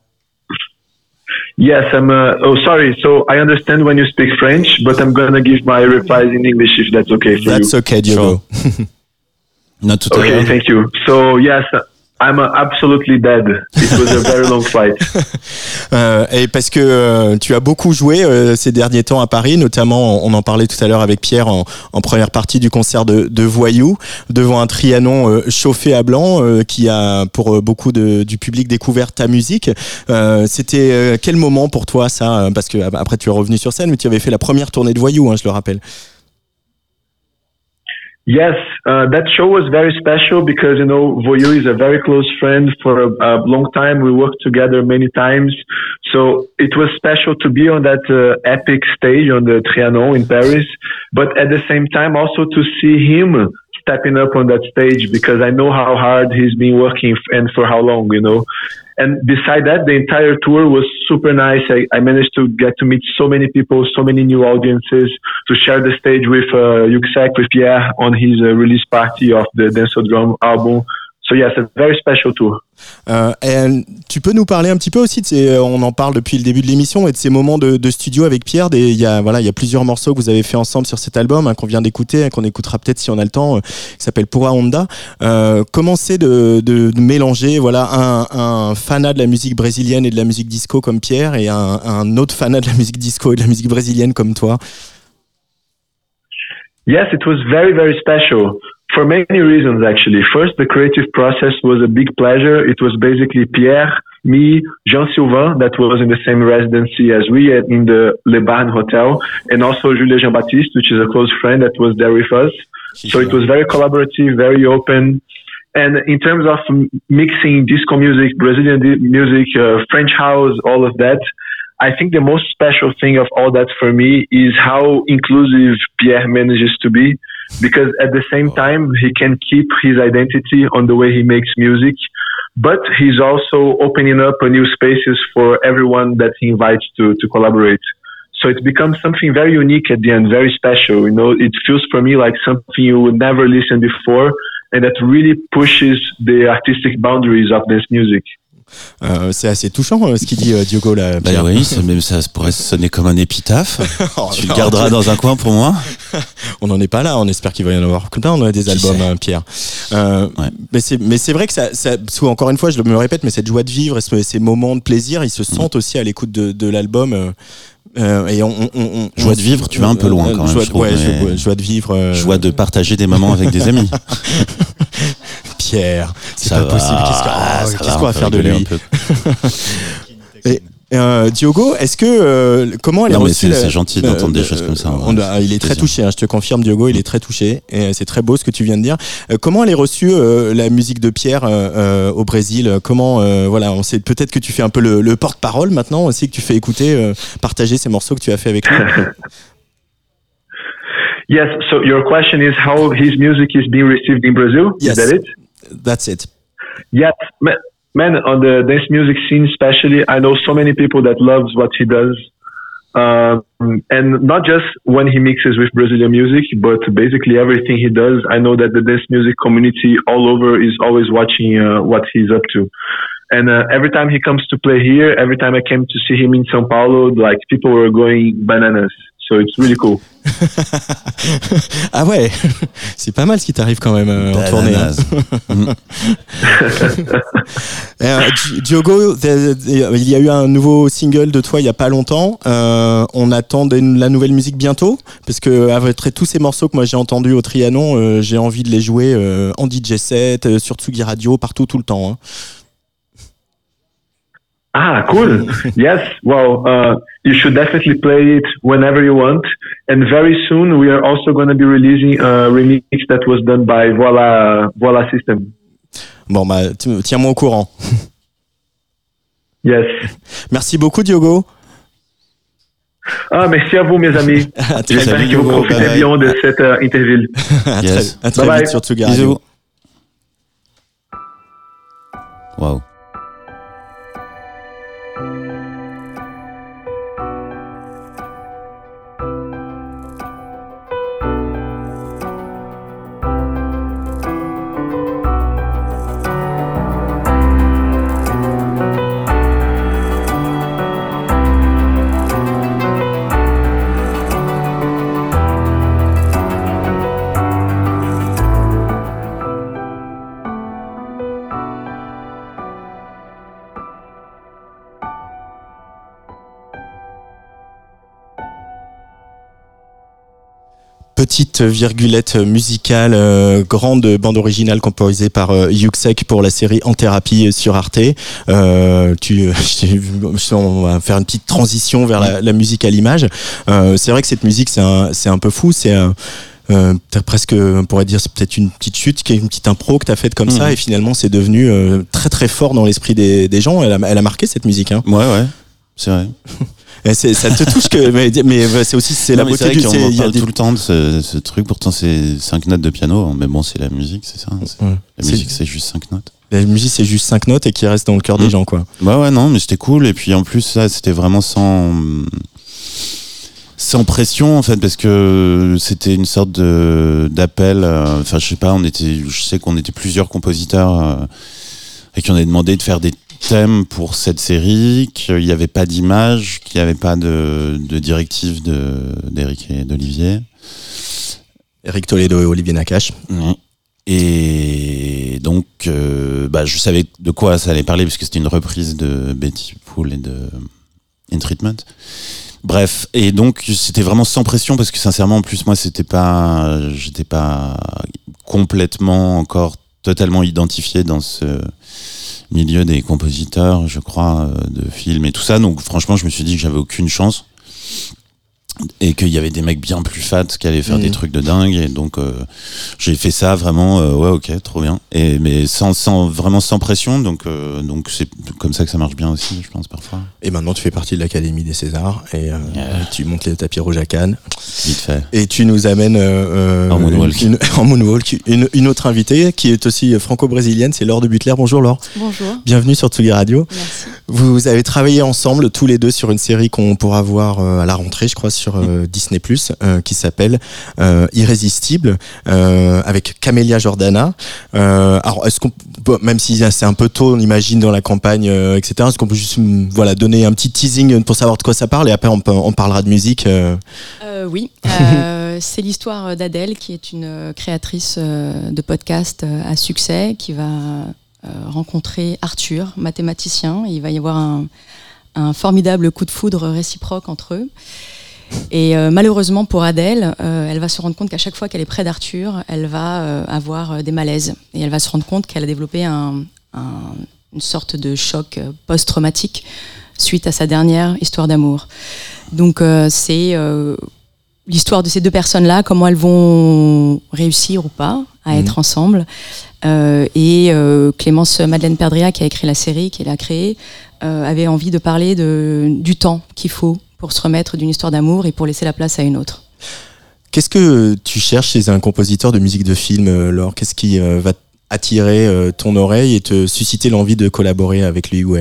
H: Yes, I'm. Uh, oh, sorry. So I understand when you speak French, but I'm gonna give my replies in English if that's okay for
B: That's
H: you.
B: okay, Diogo.
D: Not tout à
H: Okay,
D: l'heure.
H: thank you. So yes, I'm uh, absolutely dead. It was a very long flight.
B: Euh, et parce que euh, tu as beaucoup joué euh, ces derniers temps à Paris, notamment on en parlait tout à l'heure avec Pierre en, en première partie du concert de, de Voyou, devant un Trianon euh, chauffé à blanc euh, qui a pour euh, beaucoup de, du public découvert ta musique. Euh, c'était euh, quel moment pour toi ça? Parce que après tu es revenu sur scène, mais tu avais fait la première tournée de Voyou, hein, je le rappelle.
H: Yes, uh, that show was very special because, you know, Voyou is a very close friend for a, a long time. We worked together many times. So it was special to be on that uh, epic stage on the Trianon in Paris. But at the same time, also to see him stepping up on that stage because I know how hard he's been working f- and for how long, you know. And beside that, the entire tour was super nice. I, I managed to get to meet so many people, so many new audiences, to share the stage with uh, Yuxek, with Pierre on his uh, release party of the Dance-O-Drum album. So yes, a very special tour.
B: Euh, et tu peux nous parler un petit peu aussi de ces, on en parle depuis le début de l'émission, et de ces moments de, de studio avec Pierre. Des, il y a voilà, il y a plusieurs morceaux que vous avez fait ensemble sur cet album, hein, qu'on vient d'écouter, hein, qu'on écoutera peut-être si on a le temps, euh, qui s'appelle Pura Onda. Euh, comment c'est de, de, de mélanger voilà un, un fanat de la musique brésilienne et de la musique disco comme Pierre et un, un autre fanat de la musique disco et de la musique brésilienne comme toi?
H: Yes, it was very, very special. For many reasons, actually. First, the creative process was a big pleasure. It was basically Pierre, me, Jean Sylvain, that was in the same residency as we at, in the Le Barn Hotel, and also Julien Jean-Baptiste, which is a close friend that was there with us. So it was very collaborative, very open. And in terms of m- mixing disco music, Brazilian di- music, uh, French house, all of that, I think the most special thing of all that for me is how inclusive Pierre manages to be, because at the same time, he can keep his identity on the way he makes music, but he's also opening up a new spaces for everyone that he invites to, to collaborate. So it becomes something very unique at the end, very special. You know, it feels for me like something you would never listen before, and that really pushes the artistic boundaries of this music.
B: Euh, c'est assez touchant euh, ce qu'il dit euh, Diogo là.
D: Bah
B: Pierre.
D: oui, ça, même ça pourrait sonner comme un épitaphe.
B: Oh,
D: Tu
B: non,
D: le garderas dans un coin pour moi.
B: On n'en est pas là, on espère qu'il va y en avoir plein, on a des
D: Qui
B: albums,
D: sait.
B: hein, Pierre. Euh,
D: Ouais.
B: Mais c'est mais c'est vrai que ça, ça sous- encore une fois, je me le répète, mais cette joie de vivre et ce- ces moments de plaisir, ils se sentent aussi à l'écoute de, de l'album. Euh, euh, et on, on, on,
D: Joie
B: on-
D: de vivre, tu vas un peu loin quand même,
B: Joie,
D: je trouve,
B: ouais,
D: mais-
B: joie, joie de vivre. euh,
D: Joie de partager des moments avec des amis.
B: Pierre, c'est
D: Ça
B: pas
D: va,
B: possible. Qu'est-ce qu'on
D: ah,
B: oh,
D: ça
B: qu'est-ce
D: va,
B: qu'on
D: on
B: va
D: peut
B: faire de
D: rigoler
B: lui?
D: un peu.
B: Et, euh, Diogo, est-ce que euh, comment elle
D: Non,
B: a
D: mais
B: reçu
D: c'est-
B: la-
D: c'est gentil d'entendre des choses comme ça, hein.
B: on a- il est très
D: Plaisir.
B: touché, hein, je te confirme, Diogo, il est très touché et c'est très beau ce que tu viens de dire. Euh, comment elle est reçue euh, la musique de Pierre euh, euh, au Brésil? Comment euh, voilà, on sait peut-être que tu fais un peu le, le porte-parole maintenant aussi, que tu fais écouter, euh, partager ces morceaux que tu as fait avec lui.
H: Yes, so your question is how his music is being received in Brazil?
B: Yes.
H: Is that it?
B: That's it.
H: Yes, ma- man, on the dance music scene especially, I know so many people that loves what he does. Um, and not just when he mixes with Brazilian music, but basically everything he does. I know that the dance music community all over is always watching uh, what he's up to. And uh, every time he comes to play here, every time I came to see him in São Paulo, like people were going bananas. So it's really cool.
B: Ah ouais, c'est pas mal ce qui t'arrive quand même euh, en tournée. hein.
D: Bananas.
B: Euh, Di- Diogo, the- the- il y a eu un nouveau single de toi il y a pas longtemps. Euh, on attend des- la nouvelle musique bientôt, parce que avec tous ces morceaux que moi j'ai entendus au Trianon, euh, j'ai envie de les jouer euh, en D J set, euh, sur Tsugi Radio, partout tout le temps. hein.
H: Ah, cool. Yes. Well, uh, you should definitely play it whenever you want. And very soon we are also going to be releasing a remix that was done by Voila, Voila System.
B: Bon bah t- tiens-moi au courant.
H: Yes.
B: Merci beaucoup Diogo.
H: Ah, merci à vous, mes amis.
B: À très,
H: J'espère
D: salut,
H: que vous
D: Hugo.
H: profitez
D: Bye bye.
H: bien de cette euh, interview.
B: à très,
D: Yes.
B: à très
H: Bye
B: vite
H: bye.
B: sur Tsugi Radio.
D: Bisous. Waouh.
B: Petite virgulette musicale, euh, grande bande originale composée par euh, Yuxek pour la série En Thérapie sur Arte. Euh, tu, on va faire une petite transition vers la, la musique à l'image. Euh, c'est vrai que cette musique, c'est un, c'est un peu fou. C'est un, euh, t'as presque, on pourrait dire, c'est peut-être une petite chute, qui est une petite impro que t'as faite comme mmh. ça, et finalement, c'est devenu euh, très très fort dans l'esprit des, des gens. Elle a, elle a marqué cette musique. Hein.
D: Ouais, ouais, c'est vrai.
B: C'est, ça te touche que, mais, mais c'est aussi c'est non, la beauté
D: c'est
B: du.
D: C'est on
B: il y a
D: parle
B: des...
D: tout le temps de ce, ce truc. Pourtant, c'est cinq notes de piano, mais bon, c'est la musique, c'est ça. C'est,
B: ouais.
D: La musique, c'est... c'est juste cinq notes.
B: La musique, c'est juste cinq notes et qui reste dans le cœur mmh. des gens, quoi.
D: Ouais, ouais, non, mais c'était cool. Et puis en plus, ça, c'était vraiment sans sans pression en fait, parce que c'était une sorte de d'appel. Enfin, euh, je sais pas, on était, je sais qu'on était plusieurs compositeurs euh, et qu'on avait demandé de faire des thème pour cette série, qu'il n'y avait pas d'image, qu'il n'y avait pas de, de directive de, d'Éric et d'Olivier.
B: Eric Toledo et Olivier Nakache.
D: Et donc, euh, bah, je savais de quoi ça allait parler, parce que c'était une reprise de Betty Pool et de In Treatment. Bref, et donc c'était vraiment sans pression, parce que sincèrement, en plus, moi, c'était pas, j'étais pas complètement encore totalement identifié dans ce milieu des compositeurs, je crois, de films et tout ça. Donc franchement, je me suis dit que j'avais aucune chance et qu'il y avait des mecs bien plus fat qui allaient faire mmh. des trucs de dingue. Et donc euh, j'ai fait ça vraiment, euh, ouais, ok, trop bien. Et mais sans, sans vraiment sans pression. Donc euh, donc c'est comme ça que ça marche bien aussi, je pense parfois.
B: Et maintenant, tu fais partie de l'Académie des Césars et euh, yeah. tu montes les tapis rouges à Cannes.
D: Vite fait.
B: Et tu nous amènes euh,
D: en moonwalk.
B: Une, en moonwalk une, une autre invitée qui est aussi franco-brésilienne, c'est Laure de Butler. Bonjour Laure.
I: Bonjour.
B: Bienvenue sur Tsugi Radio.
I: Merci.
B: Vous avez travaillé ensemble tous les deux sur une série qu'on pourra voir euh, à la rentrée, je crois, sur euh, mmh. Disney plus, euh, qui s'appelle euh, Irrésistible, euh, avec Camélia Jordana. Euh, alors, est-ce qu'on, même si c'est un peu tôt, on imagine dans la campagne, euh, et cetera. Est-ce qu'on peut juste, voilà, donner un petit teasing pour savoir de quoi ça parle, et après on, peut, on parlera de musique. Euh.
I: Euh, oui, euh, c'est l'histoire d'Adèle, qui est une créatrice euh, de podcast euh, à succès, qui va euh, rencontrer Arthur, mathématicien. Et il va y avoir un, un formidable coup de foudre réciproque entre eux. Et euh, malheureusement pour Adèle, euh, elle va se rendre compte qu'à chaque fois qu'elle est près d'Arthur, elle va euh, avoir des malaises. Et elle va se rendre compte qu'elle a développé un, un, une sorte de choc post-traumatique suite à sa dernière histoire d'amour. Donc euh, c'est euh, l'histoire de ces deux personnes-là, comment elles vont réussir ou pas à mmh. être ensemble. Euh, et euh, Clémence Madeleine Perdria, qui a écrit la série, qui l'a créée, euh, avait envie de parler de, du temps qu'il faut pour se remettre d'une histoire d'amour et pour laisser la place à une autre.
B: Qu'est-ce que tu cherches chez un compositeur de musique de film, Laure ? Qu'est-ce qui euh, va attirer euh, ton oreille et te susciter l'envie de collaborer avec lui ou elle ?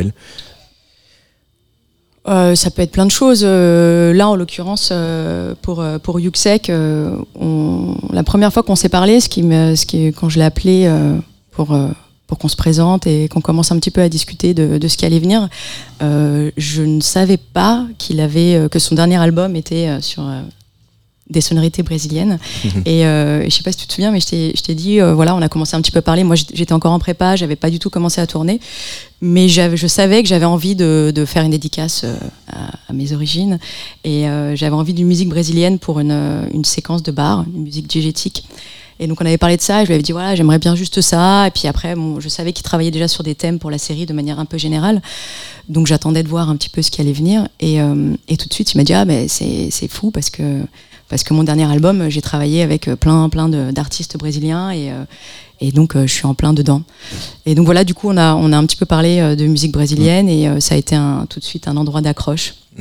I: Euh, ça peut être plein de choses. Euh, là, en l'occurrence, euh, pour pour Yuxek, euh, on, la première fois qu'on s'est parlé, ce qui me, ce qui, quand je l'ai appelé euh, pour euh, pour qu'on se présente et qu'on commence un petit peu à discuter de, de ce qui allait venir, euh, je ne savais pas qu'il avait que son dernier album était sur euh, des sonorités brésiliennes. Et euh, je sais pas si tu te souviens, mais je t'ai, je t'ai dit, euh, voilà, on a commencé un petit peu à parler. Moi, j'étais encore en prépa, j'avais pas du tout commencé à tourner, mais j'avais, je savais que j'avais envie de, de faire une dédicace euh, à, à mes origines, et euh, j'avais envie d'une musique brésilienne pour une, une séquence de bar, une musique diégétique. Et donc on avait parlé de ça, et je lui avais dit voilà, j'aimerais bien juste ça. Et puis après, bon, je savais qu'il travaillait déjà sur des thèmes pour la série de manière un peu générale, donc j'attendais de voir un petit peu ce qui allait venir. Et, euh, et tout de suite, il m'a dit ah mais c'est c'est fou parce que parce que mon dernier album, j'ai travaillé avec plein plein de, d'artistes brésiliens et euh, et donc euh, je suis en plein dedans. Et donc voilà, du coup on a on a un petit peu parlé de musique brésilienne, mmh. et euh, ça a été un, tout de suite un endroit d'accroche.
B: Mmh.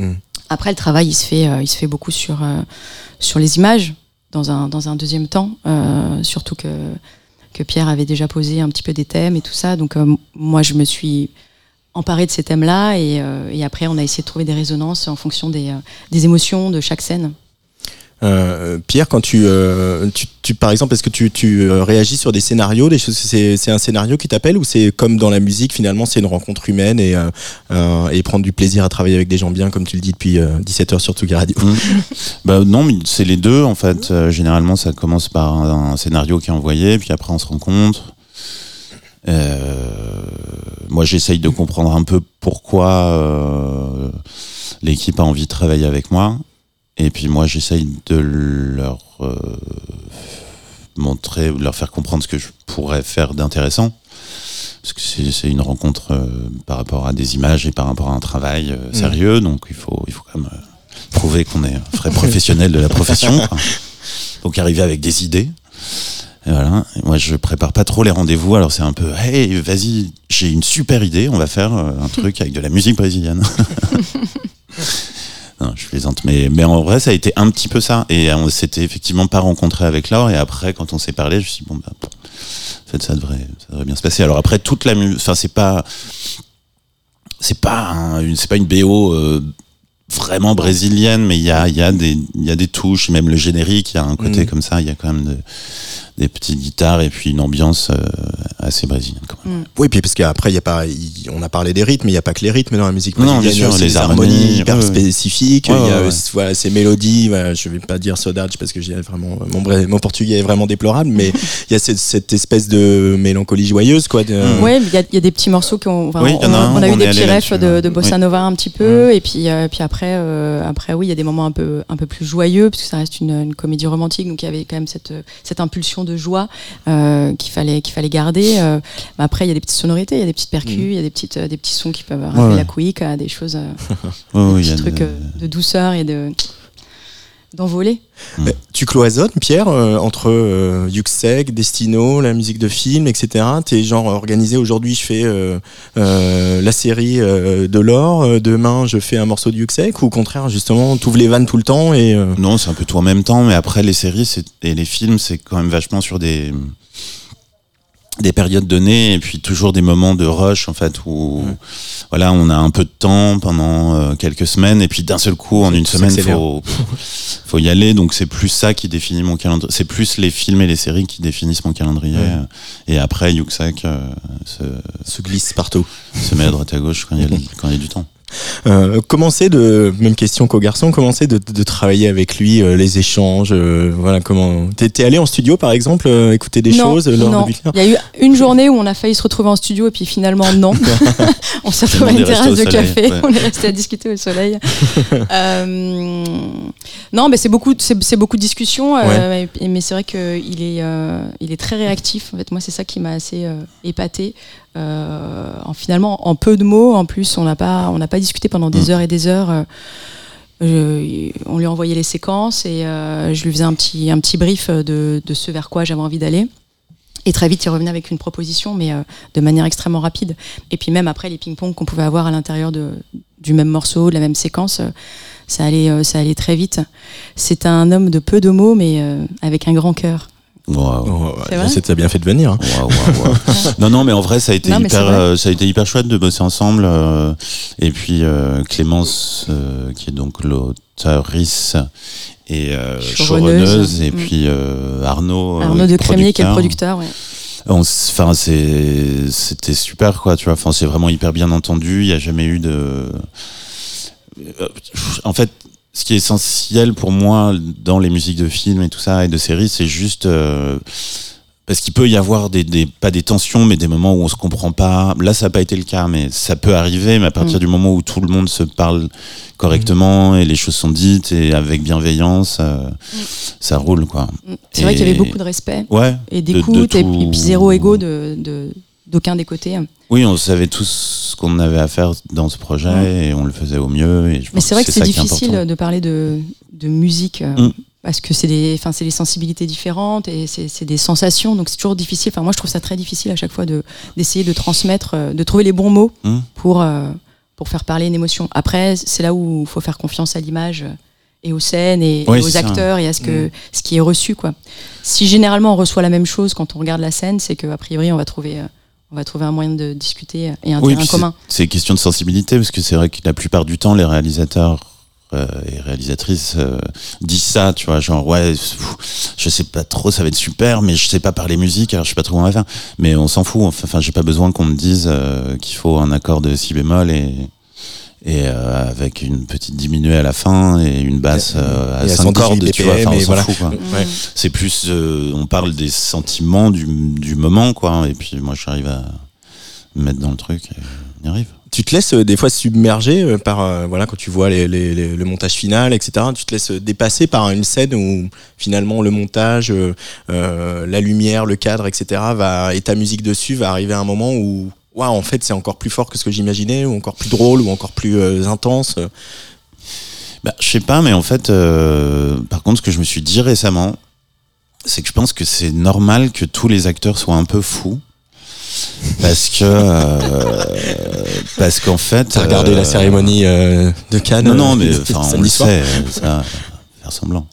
I: Après, le travail, il se fait, euh, il se fait beaucoup sur, euh, sur les images, dans un, dans un deuxième temps. Euh, surtout que, que Pierre avait déjà posé un petit peu des thèmes et tout ça. Donc, euh, moi, je me suis emparée de ces thèmes-là. Et, euh, et après, on a essayé de trouver des résonances en fonction des, euh, des émotions de chaque scène.
B: Euh, Pierre, quand tu, euh, tu, tu, par exemple, est-ce que tu, tu euh, réagis sur des scénarios, des choses, c'est, c'est un scénario qui t'appelle ou c'est comme dans la musique, finalement, c'est une rencontre humaine et, euh, euh, et prendre du plaisir à travailler avec des gens bien, comme tu le dis depuis euh, dix-sept heures sur Tsugi Radio.
D: Mmh. Bah non, mais c'est les deux en fait. Euh, généralement, ça commence par un, un scénario qui est envoyé, puis après on se rencontre. Euh, moi, j'essaye de comprendre un peu pourquoi euh, l'équipe a envie de travailler avec moi. Et puis moi, j'essaye de leur euh, montrer, de leur faire comprendre ce que je pourrais faire d'intéressant. Parce que c'est, c'est une rencontre euh, par rapport à des images et par rapport à un travail euh, sérieux. Mmh. Donc il faut, il faut quand même euh, prouver qu'on est un vrai professionnel de la profession. Quoi. Donc arriver avec des idées. Et voilà. Et moi, je prépare pas trop les rendez-vous. Alors c'est un peu, hey, vas-y, j'ai une super idée. On va faire euh, un truc avec de la musique brésilienne. Non, je plaisante, mais, mais en vrai, ça a été un petit peu ça. Et on s'était effectivement pas rencontré avec Laure. Et après, quand on s'est parlé, je me suis dit, bon, bah, en fait, ça devrait, ça devrait bien se passer. Alors après, toute la musique, enfin, c'est pas, c'est pas, un, une, c'est pas une B O euh, vraiment brésilienne, mais il y a, il y a des, il y a des touches, même le générique, il y a un côté mmh. comme ça, il y a quand même de, des petites guitares et puis une ambiance euh, assez brésilienne quand même.
I: Mm.
B: Oui, puis parce qu'après il y a pas, il, on a parlé des rythmes, mais il y a pas que les rythmes dans la musique brésilienne.
D: Non, bien sûr,
B: il y a
D: les,
B: les
D: harmonies,
B: harmonies hyper
D: ouais,
B: spécifiques.
D: ouais,
B: il y a
D: ouais, ouais.
B: voilà, ces mélodies. Voilà, je vais pas dire saudade parce que j'ai vraiment mon, bré, mon portugais est vraiment déplorable, mais il y a cette, cette espèce de mélancolie joyeuse, quoi. De...
I: Mm. Ouais, il y, y a des petits morceaux qu'on, enfin,
D: oui,
I: on, on,
D: un,
I: on a
D: on
I: eu des petits refs de, de bossa
D: oui.
I: nova un petit peu,
B: Mm.
I: et puis euh, puis après euh, après oui, il y a des moments un peu un peu plus joyeux parce que ça reste une, une comédie romantique, donc il y avait quand même cette cette impulsion de joie. Euh, qu'il fallait qu'il fallait garder. Euh, bah après il y a des petites sonorités, il y a des petites percus, il mmh. y a des petites euh, des petits sons qui peuvent rappeler ouais. la cuica, des choses, euh,
D: oh,
I: des petits trucs
D: de...
I: euh, de douceur et de d'envoler.
B: Mmh. Tu cloisonnes, Pierre, euh, entre euh, Yuxek, Destino, la musique de film, et cetera. T'es genre organisé, aujourd'hui je fais euh, euh, la série euh, de Laure, euh, demain je fais un morceau de Yuxek, ou au contraire, justement, t'ouvres les vannes tout le temps et... Euh...
D: Non, c'est un peu tout en même temps, mais après les séries c'est... et les films, c'est quand même vachement sur des... des périodes données et puis toujours des moments de rush en fait où ouais. voilà on a un peu de temps pendant euh, quelques semaines et puis d'un seul coup en c'est, une semaine faut faut y aller, donc c'est plus ça qui définit mon calendrier, c'est plus les films et les séries qui définissent mon calendrier ouais. Et après Yuxek euh, se,
B: se glisse partout,
D: se met à droite à gauche quand il y a, quand il y a du temps.
B: Euh, comment c'est de, même question qu'au garçon, comment c'est de, de travailler avec lui, euh, les échanges, euh, voilà, comment. T'es, t'es allé en studio par exemple, euh, écouter des
I: non,
B: choses lors
I: non.
B: de Butler ?
I: Il y a eu une journée où on a failli se retrouver en studio et puis finalement non. On s'est retrouvé à une terrasse de café, ouais. On est resté à discuter au soleil. euh, non, mais c'est beaucoup, c'est, c'est beaucoup de discussions, euh, ouais. Mais c'est vrai qu'il est, euh, il est très réactif. En fait, moi, c'est ça qui m'a assez euh, épaté. Euh, en finalement en peu de mots, en plus on n'a pas on n'a pas discuté pendant des mmh. heures et des heures. Euh, je, on lui a envoyé les séquences et euh, je lui faisais un petit un petit brief de, de ce vers quoi j'avais envie d'aller. Et très vite il revenait avec une proposition, mais euh, de manière extrêmement rapide. Et puis même après les ping-pong qu'on pouvait avoir à l'intérieur de du même morceau, de la même séquence, euh, ça allait euh, ça allait très vite. C'est un homme de peu de mots, mais euh, avec un grand cœur.
D: Wow.
B: Oh, ouais, c'est t'as bien fait de venir. Hein.
D: Wow, wow, wow. non, non, mais en vrai, ça a été
I: non,
D: hyper, euh, ça a été hyper chouette de bosser ensemble. Euh, et puis euh, Clémence, euh, qui est donc l'auteurice et euh, showrunneuse, et mmh. puis euh, Arnaud,
I: Arnaud
D: euh,
I: de Crémier, qui est le producteur. Ouais.
D: Enfin, c'est, c'était super, quoi. Tu vois, enfin, c'est vraiment hyper bien entendu. Il y a jamais eu de. En fait. Ce qui est essentiel pour moi dans les musiques de films et tout ça et de séries, c'est juste euh, parce qu'il peut y avoir des, des pas des tensions, mais des moments où on se comprend pas. Là, ça n'a pas été le cas, mais ça peut arriver. Mais à partir mmh. du moment où tout le monde se parle correctement mmh. et les choses sont dites et avec bienveillance, euh, mmh. ça roule, quoi.
I: C'est
D: et...
I: vrai qu'il y avait beaucoup de respect
D: ouais,
I: et d'écoute, de, de et, puis, et puis zéro ego de, de d'aucun des côtés.
D: Oui, on savait tous ce qu'on avait à faire dans ce projet mmh. et on le faisait au mieux. Et je
I: Mais c'est vrai que c'est,
D: c'est
I: difficile de parler de, de musique euh, mmh. parce que c'est des, enfin, c'est des sensibilités différentes et c'est, c'est des sensations, donc c'est toujours difficile. Enfin, moi, je trouve ça très difficile à chaque fois de, d'essayer de transmettre, de trouver les bons mots mmh. pour, euh, pour faire parler une émotion. Après, c'est là où il faut faire confiance à l'image et aux scènes et,
D: Oui,
I: et aux
D: c'est ça.
I: acteurs et à ce, que,
B: Mm.
I: ce qui est reçu, quoi. Si généralement on reçoit la même chose quand on regarde la scène, c'est qu'a priori on va trouver, euh, on va trouver un moyen de discuter et un
D: Oui,
I: terrain
D: puis
I: commun.
D: c'est, c'est question de sensibilité, parce que c'est vrai que la plupart du temps, les réalisateurs euh, et réalisatrices euh, disent ça, tu vois, genre, ouais, pff, je sais pas trop, ça va être super, mais je sais pas parler musique, alors je sais pas trop comment on va faire. Mais on s'en fout, enfin, j'ai pas besoin qu'on me dise euh, qu'il faut un accord de si bémol et... et euh, avec une petite diminuée à la fin et une basse euh, à
B: Et à
D: cinq
B: cent dix-huit
D: cordes, tu vois, enfin, on
B: B P M, et
D: s'en
B: voilà.
D: fout, quoi.
B: Ouais.
D: C'est plus, euh, on parle des sentiments du, du moment, quoi, et puis moi j'arrive à me mettre dans le truc et on y arrive.
B: Tu te laisses euh, des fois submerger euh, par euh, voilà, quand tu vois les, les, les- le montage final, et cetera. Tu te laisses euh, dépasser par une scène où finalement le montage, euh, euh, la lumière, le cadre, et cetera va, et ta musique dessus va arriver à un moment où waouh, en fait c'est encore plus fort que ce que j'imaginais, ou encore plus drôle, ou encore plus euh, intense.
D: Bah, je sais pas, mais en fait, euh, par contre, ce que je me suis dit récemment, c'est que je pense que c'est normal que tous les acteurs soient un peu fous. Parce que, euh, parce qu'en fait.
B: T'as regardé
D: euh,
B: la cérémonie euh, de Cannes?
D: Non, non, mais
B: euh,
D: enfin, on
B: samedi
D: le
B: soir.
D: sait, ça, faire semblant.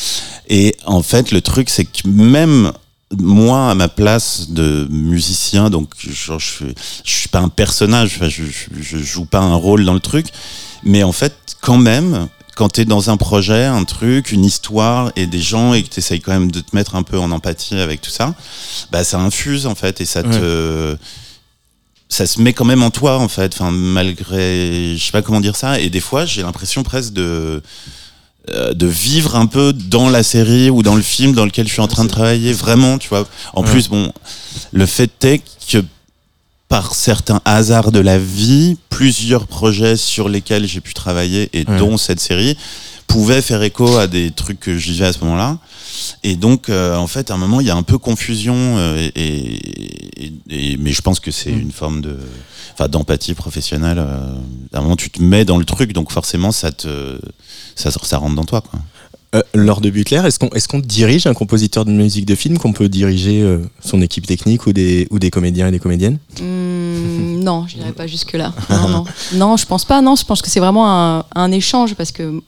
D: Et en fait, le truc, c'est que même moi, à ma place de musicien, donc genre, je, suis- je suis pas un personnage, enfin, je, je, je joue pas un rôle dans le truc, mais en fait, quand même, quand t'es dans un projet, un truc, une histoire et des gens et que t'essayes quand même de te mettre un peu en empathie avec tout ça, bah ça infuse en fait et ça te, ça se met quand même en toi en fait, enfin malgré, je sais pas comment dire ça, et des fois j'ai l'impression presque de euh, de vivre un peu dans la série ou dans le film dans lequel je suis en train de travailler, vraiment, tu vois. En
B: Ouais.
D: plus, bon, le fait est que par certains hasards de la vie, plusieurs projets sur lesquels j'ai pu travailler, et
B: Ouais.
D: dont cette série, pouvaient faire écho à des trucs que je vivais à ce moment-là. Et donc, euh, en fait, à un moment, il y a un peu confusion, euh, et, et, et- mais je pense que c'est
B: Mm.
D: une forme de, enfin, d'empathie professionnelle. Euh, à un moment, tu te mets dans le truc, donc forcément, ça te, ça, ça rentre dans toi, quoi.
B: Euh, Lors de Butler, est-ce qu'on est-ce qu'on dirige un compositeur de musique de film, qu'on peut diriger euh, son équipe technique ou des, ou des comédiens et des comédiennes?
I: Hum, non, je dirais pas jusque là. Non, non, non, je pense pas. Non, je pense que c'est vraiment un, un échange parce que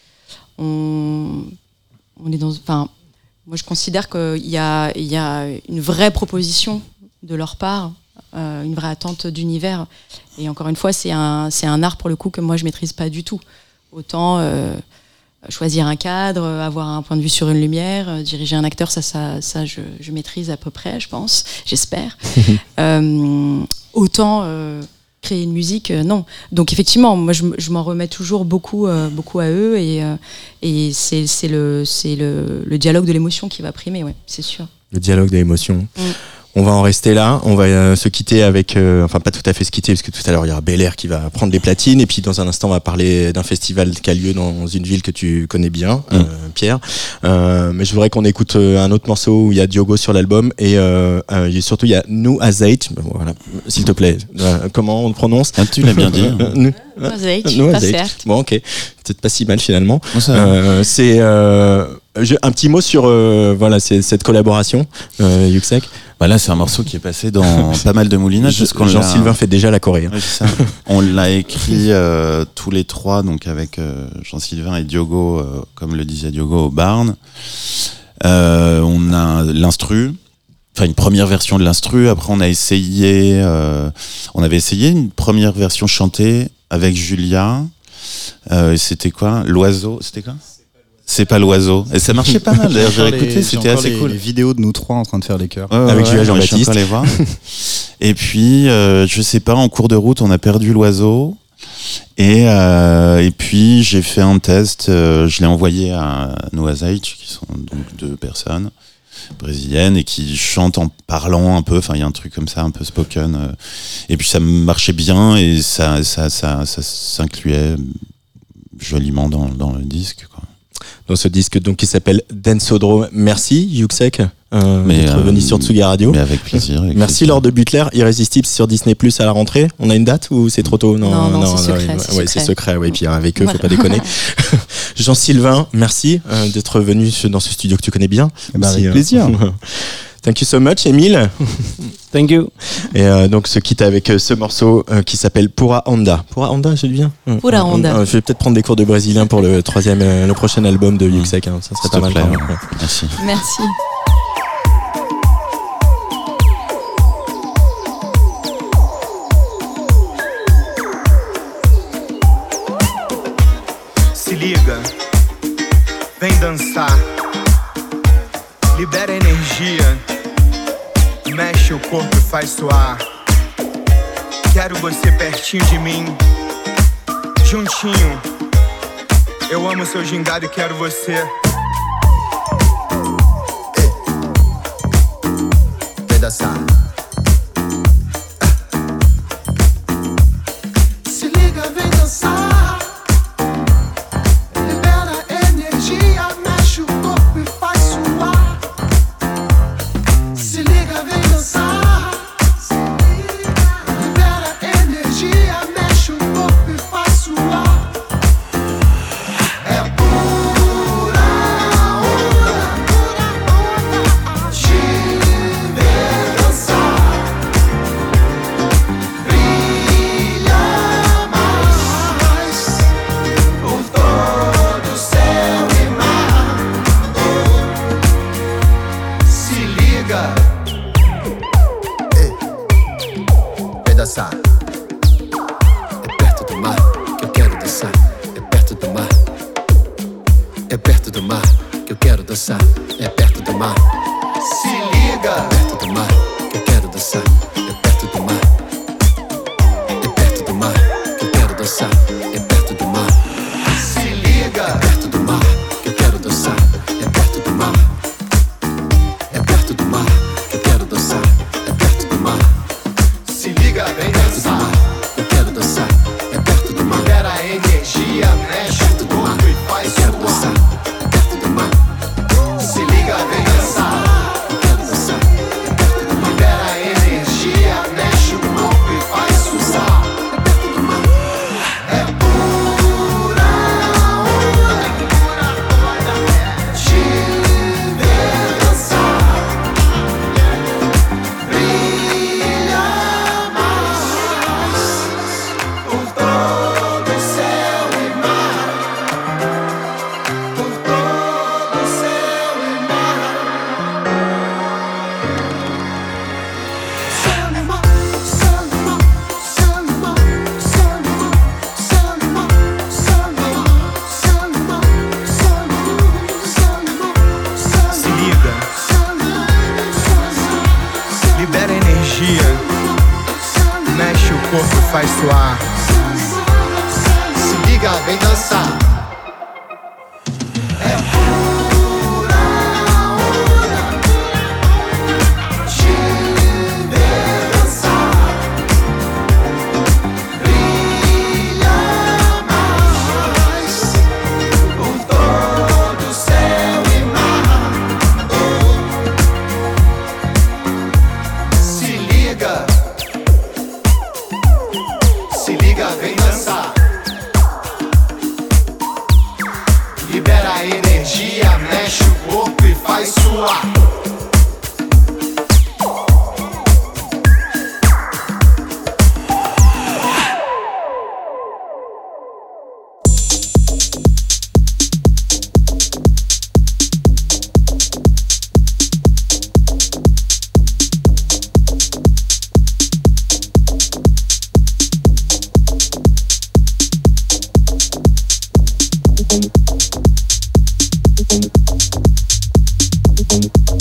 I: on, on est dans. Enfin, moi, je considère qu'il y a, il y a une vraie proposition de leur part, euh, une vraie attente d'univers. Et encore une fois, c'est un, c'est un art pour le coup que moi je maîtrise pas du tout. Autant euh, choisir un cadre, avoir un point de vue sur une lumière, euh, diriger un acteur, ça, ça, ça, je, je maîtrise à peu près, je pense, j'espère. euh, autant euh, créer une musique, euh, non. Donc effectivement, moi, je, m- je m'en remets toujours beaucoup, euh, beaucoup à eux, et, euh, et c'est, c'est, le, c'est le, le dialogue de l'émotion qui va primer, ouais, c'est sûr.
B: Le dialogue de l'émotion.
I: Mm.
B: On va en rester là. On va euh, se quitter avec, euh, enfin pas tout à fait se quitter, parce que tout à l'heure il y aura Bel Air qui va prendre les platines, et puis dans un instant on va parler d'un festival qui a lieu dans une ville que tu connais bien,
D: Mm.
B: euh, Pierre. Euh, mais je voudrais qu'on écoute euh, un autre morceau où il y a Diogo sur l'album, et euh, euh, il y a- surtout il y a Nou Azeit. Voilà, s'il te plaît. Euh, comment on le prononce?
D: Ah, tu l'as bien dit.
B: Euh, Nou-
I: Mosaic,
B: Nou
I: pas
B: Azeit.
I: certes.
B: Bon, ok, peut-être pas si mal finalement.
D: Bon, ça-
B: Euh, c'est euh, je- un petit mot sur euh, voilà, c'est cette collaboration, euh, Yuxek.
D: Bah là, c'est un morceau qui est passé dans pas mal de moulinage. parce qu'on l'a-
B: Jean-Sylvain fait déjà la Corée. hein.
D: Oui, c'est ça. On l'a écrit euh, tous les trois, donc avec euh, Jean-Sylvain et Diogo, euh, comme le disait Diogo, au Barn. Euh, on a l'instru, enfin une première version de l'instru. Après, on a essayé, euh, on avait essayé une première version chantée avec Julia. Euh, et c'était quoi? L'oiseau, c'était quoi? C'est pas l'oiseau. Et ça marchait pas mal. D'ailleurs, j'ai
F: Encore les-
D: écouté,
F: j'ai
D: c'était
F: encore
D: assez
F: les-
D: cool.
F: Les vidéos de nous trois en train de faire les chœurs.
D: Ouais, ouais,
B: Avec
D: ouais,
B: Julia
D: ouais,
B: Jean-Baptiste.
D: je suis encore allé voir. Et puis, euh, je sais pas, en cours de route, on a perdu l'oiseau. Et, euh, et puis, j'ai fait un test. euh, je l'ai envoyé à Noazait, qui sont donc deux personnes brésiliennes et qui chantent en parlant un peu. Enfin, il y a un truc comme ça, un peu spoken. euh. Et puis, ça marchait bien et ça, ça, ça, ça s'incluait joliment dans, dans le disque, quoi.
B: Dans ce disque donc qui s'appelle Dansodrome. Merci Yuxek euh,
D: Mais,
B: d'être
D: euh,
B: venu sur Tsugi Radio.
D: Mais avec plaisir. avec
B: Merci
D: plaisir.
B: Laure de Butler, Irrésistible sur Disney Plus à la rentrée. On a une date ou c'est trop tôt?
I: Non, non, c'est secret,
B: ouais,
I: c'est
B: ouais,
I: secret.
B: c'est secret. Ouais, et puis avec eux,
I: Voilà.
B: faut pas déconner. Jean-Sylvain, merci euh, d'être venu dans ce studio que tu connais bien.
F: Eh ben,
B: Aussi,
F: avec
B: euh,
F: plaisir.
B: Thank you so much, Émile.
E: Thank you.
B: Et euh, donc, se quitte avec euh, ce morceau euh, qui s'appelle Pura Onda. Pura Onda, je le viens.
I: Pura Onda.
B: Euh, je vais peut-être prendre des cours de brésilien pour le troisième, euh, le prochain album de Yuxek. Hein. Ça serait
D: S'il
B: pas
D: te
B: mal.
D: plaît,
B: quand même.
D: ouais. Merci.
I: Merci.
J: Se liga, vem dançar, libera energia, mexe o corpo e faz suar. Quero você pertinho de mim, juntinho. Eu amo seu gingado e quero você. Vem dançar.
G: Se liga, vem dançar. Libera energia, mexe o corpo e faz suar. Se liga, vem dançar. Libera energia, mexe o corpo e faz suar. É pura onda, te ver dançar. Brilha mais por todo céu e mar. Se liga,
J: Vem dançar. É perto do mar que eu quero dançar. É perto do mar. É perto do mar que eu quero dançar. É perto do mar. Se liga, é perto do mar que eu quero dançar. É perto do mar. É perto do mar que eu quero dançar. É perto do mar. Se liga, é perto do mar que eu quero dançar. É perto do mar. É perto do mar que eu quero dançar. É perto do mar. Se liga, vem dançar. Eu quero dançar. É perto do mar. Libera a energia, mexe o corpo e faz suar. É perto do mar. Se liga, vem dançar. Eu quero dançar. É perto do mar. Libera a energia, mexe o corpo e faz suar. É perto do mar. É pura onda, te ver dançar. Brilha mais por todo céu e mar. Por todo céu e mar. Salimão, salimão, salimão, salimão, salimão, salimão, salimão, salimão, salimão. Se liga, libera energia, mexe o corpo e faz suar. Se liga, vem dançar. É pura onda, te ver dançar. Brilha mais por todo céu e mar. Se liga, se liga, vem dançar. Libera a energia, mexe o corpo e faz suar.
G: Thank you.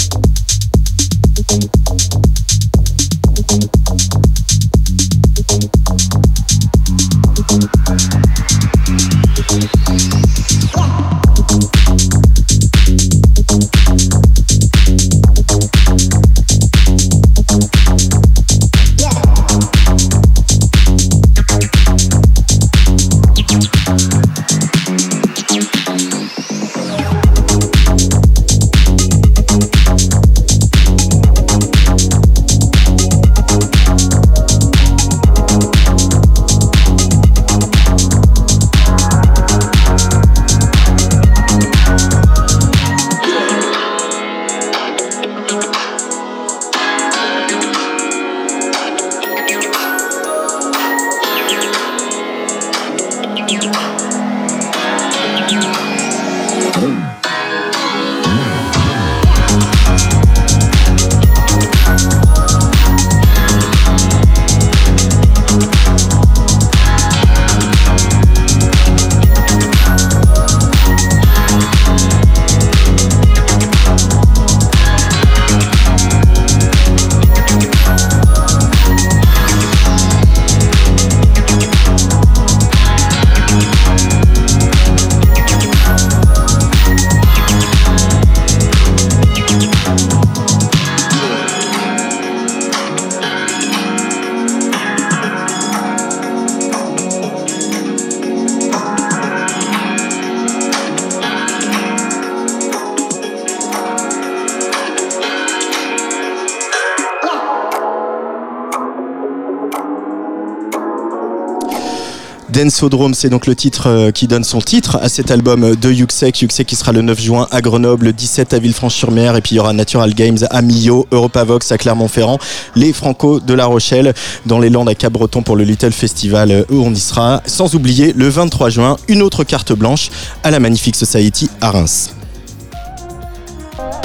B: Dansodrome, c'est donc le titre euh, qui donne son titre à cet album de Yuxek. Yuxek qui sera le neuf juin à Grenoble, le dix-sept à Villefranche-sur-Mer, et puis il y aura Natural Games à Millau, Europavox à Clermont-Ferrand, les Franco de La Rochelle, dans les Landes à Cap-Breton pour le Little Festival euh, où on y sera. Sans oublier le vingt-trois juin, une autre carte blanche à la Magnifique Society à Reims.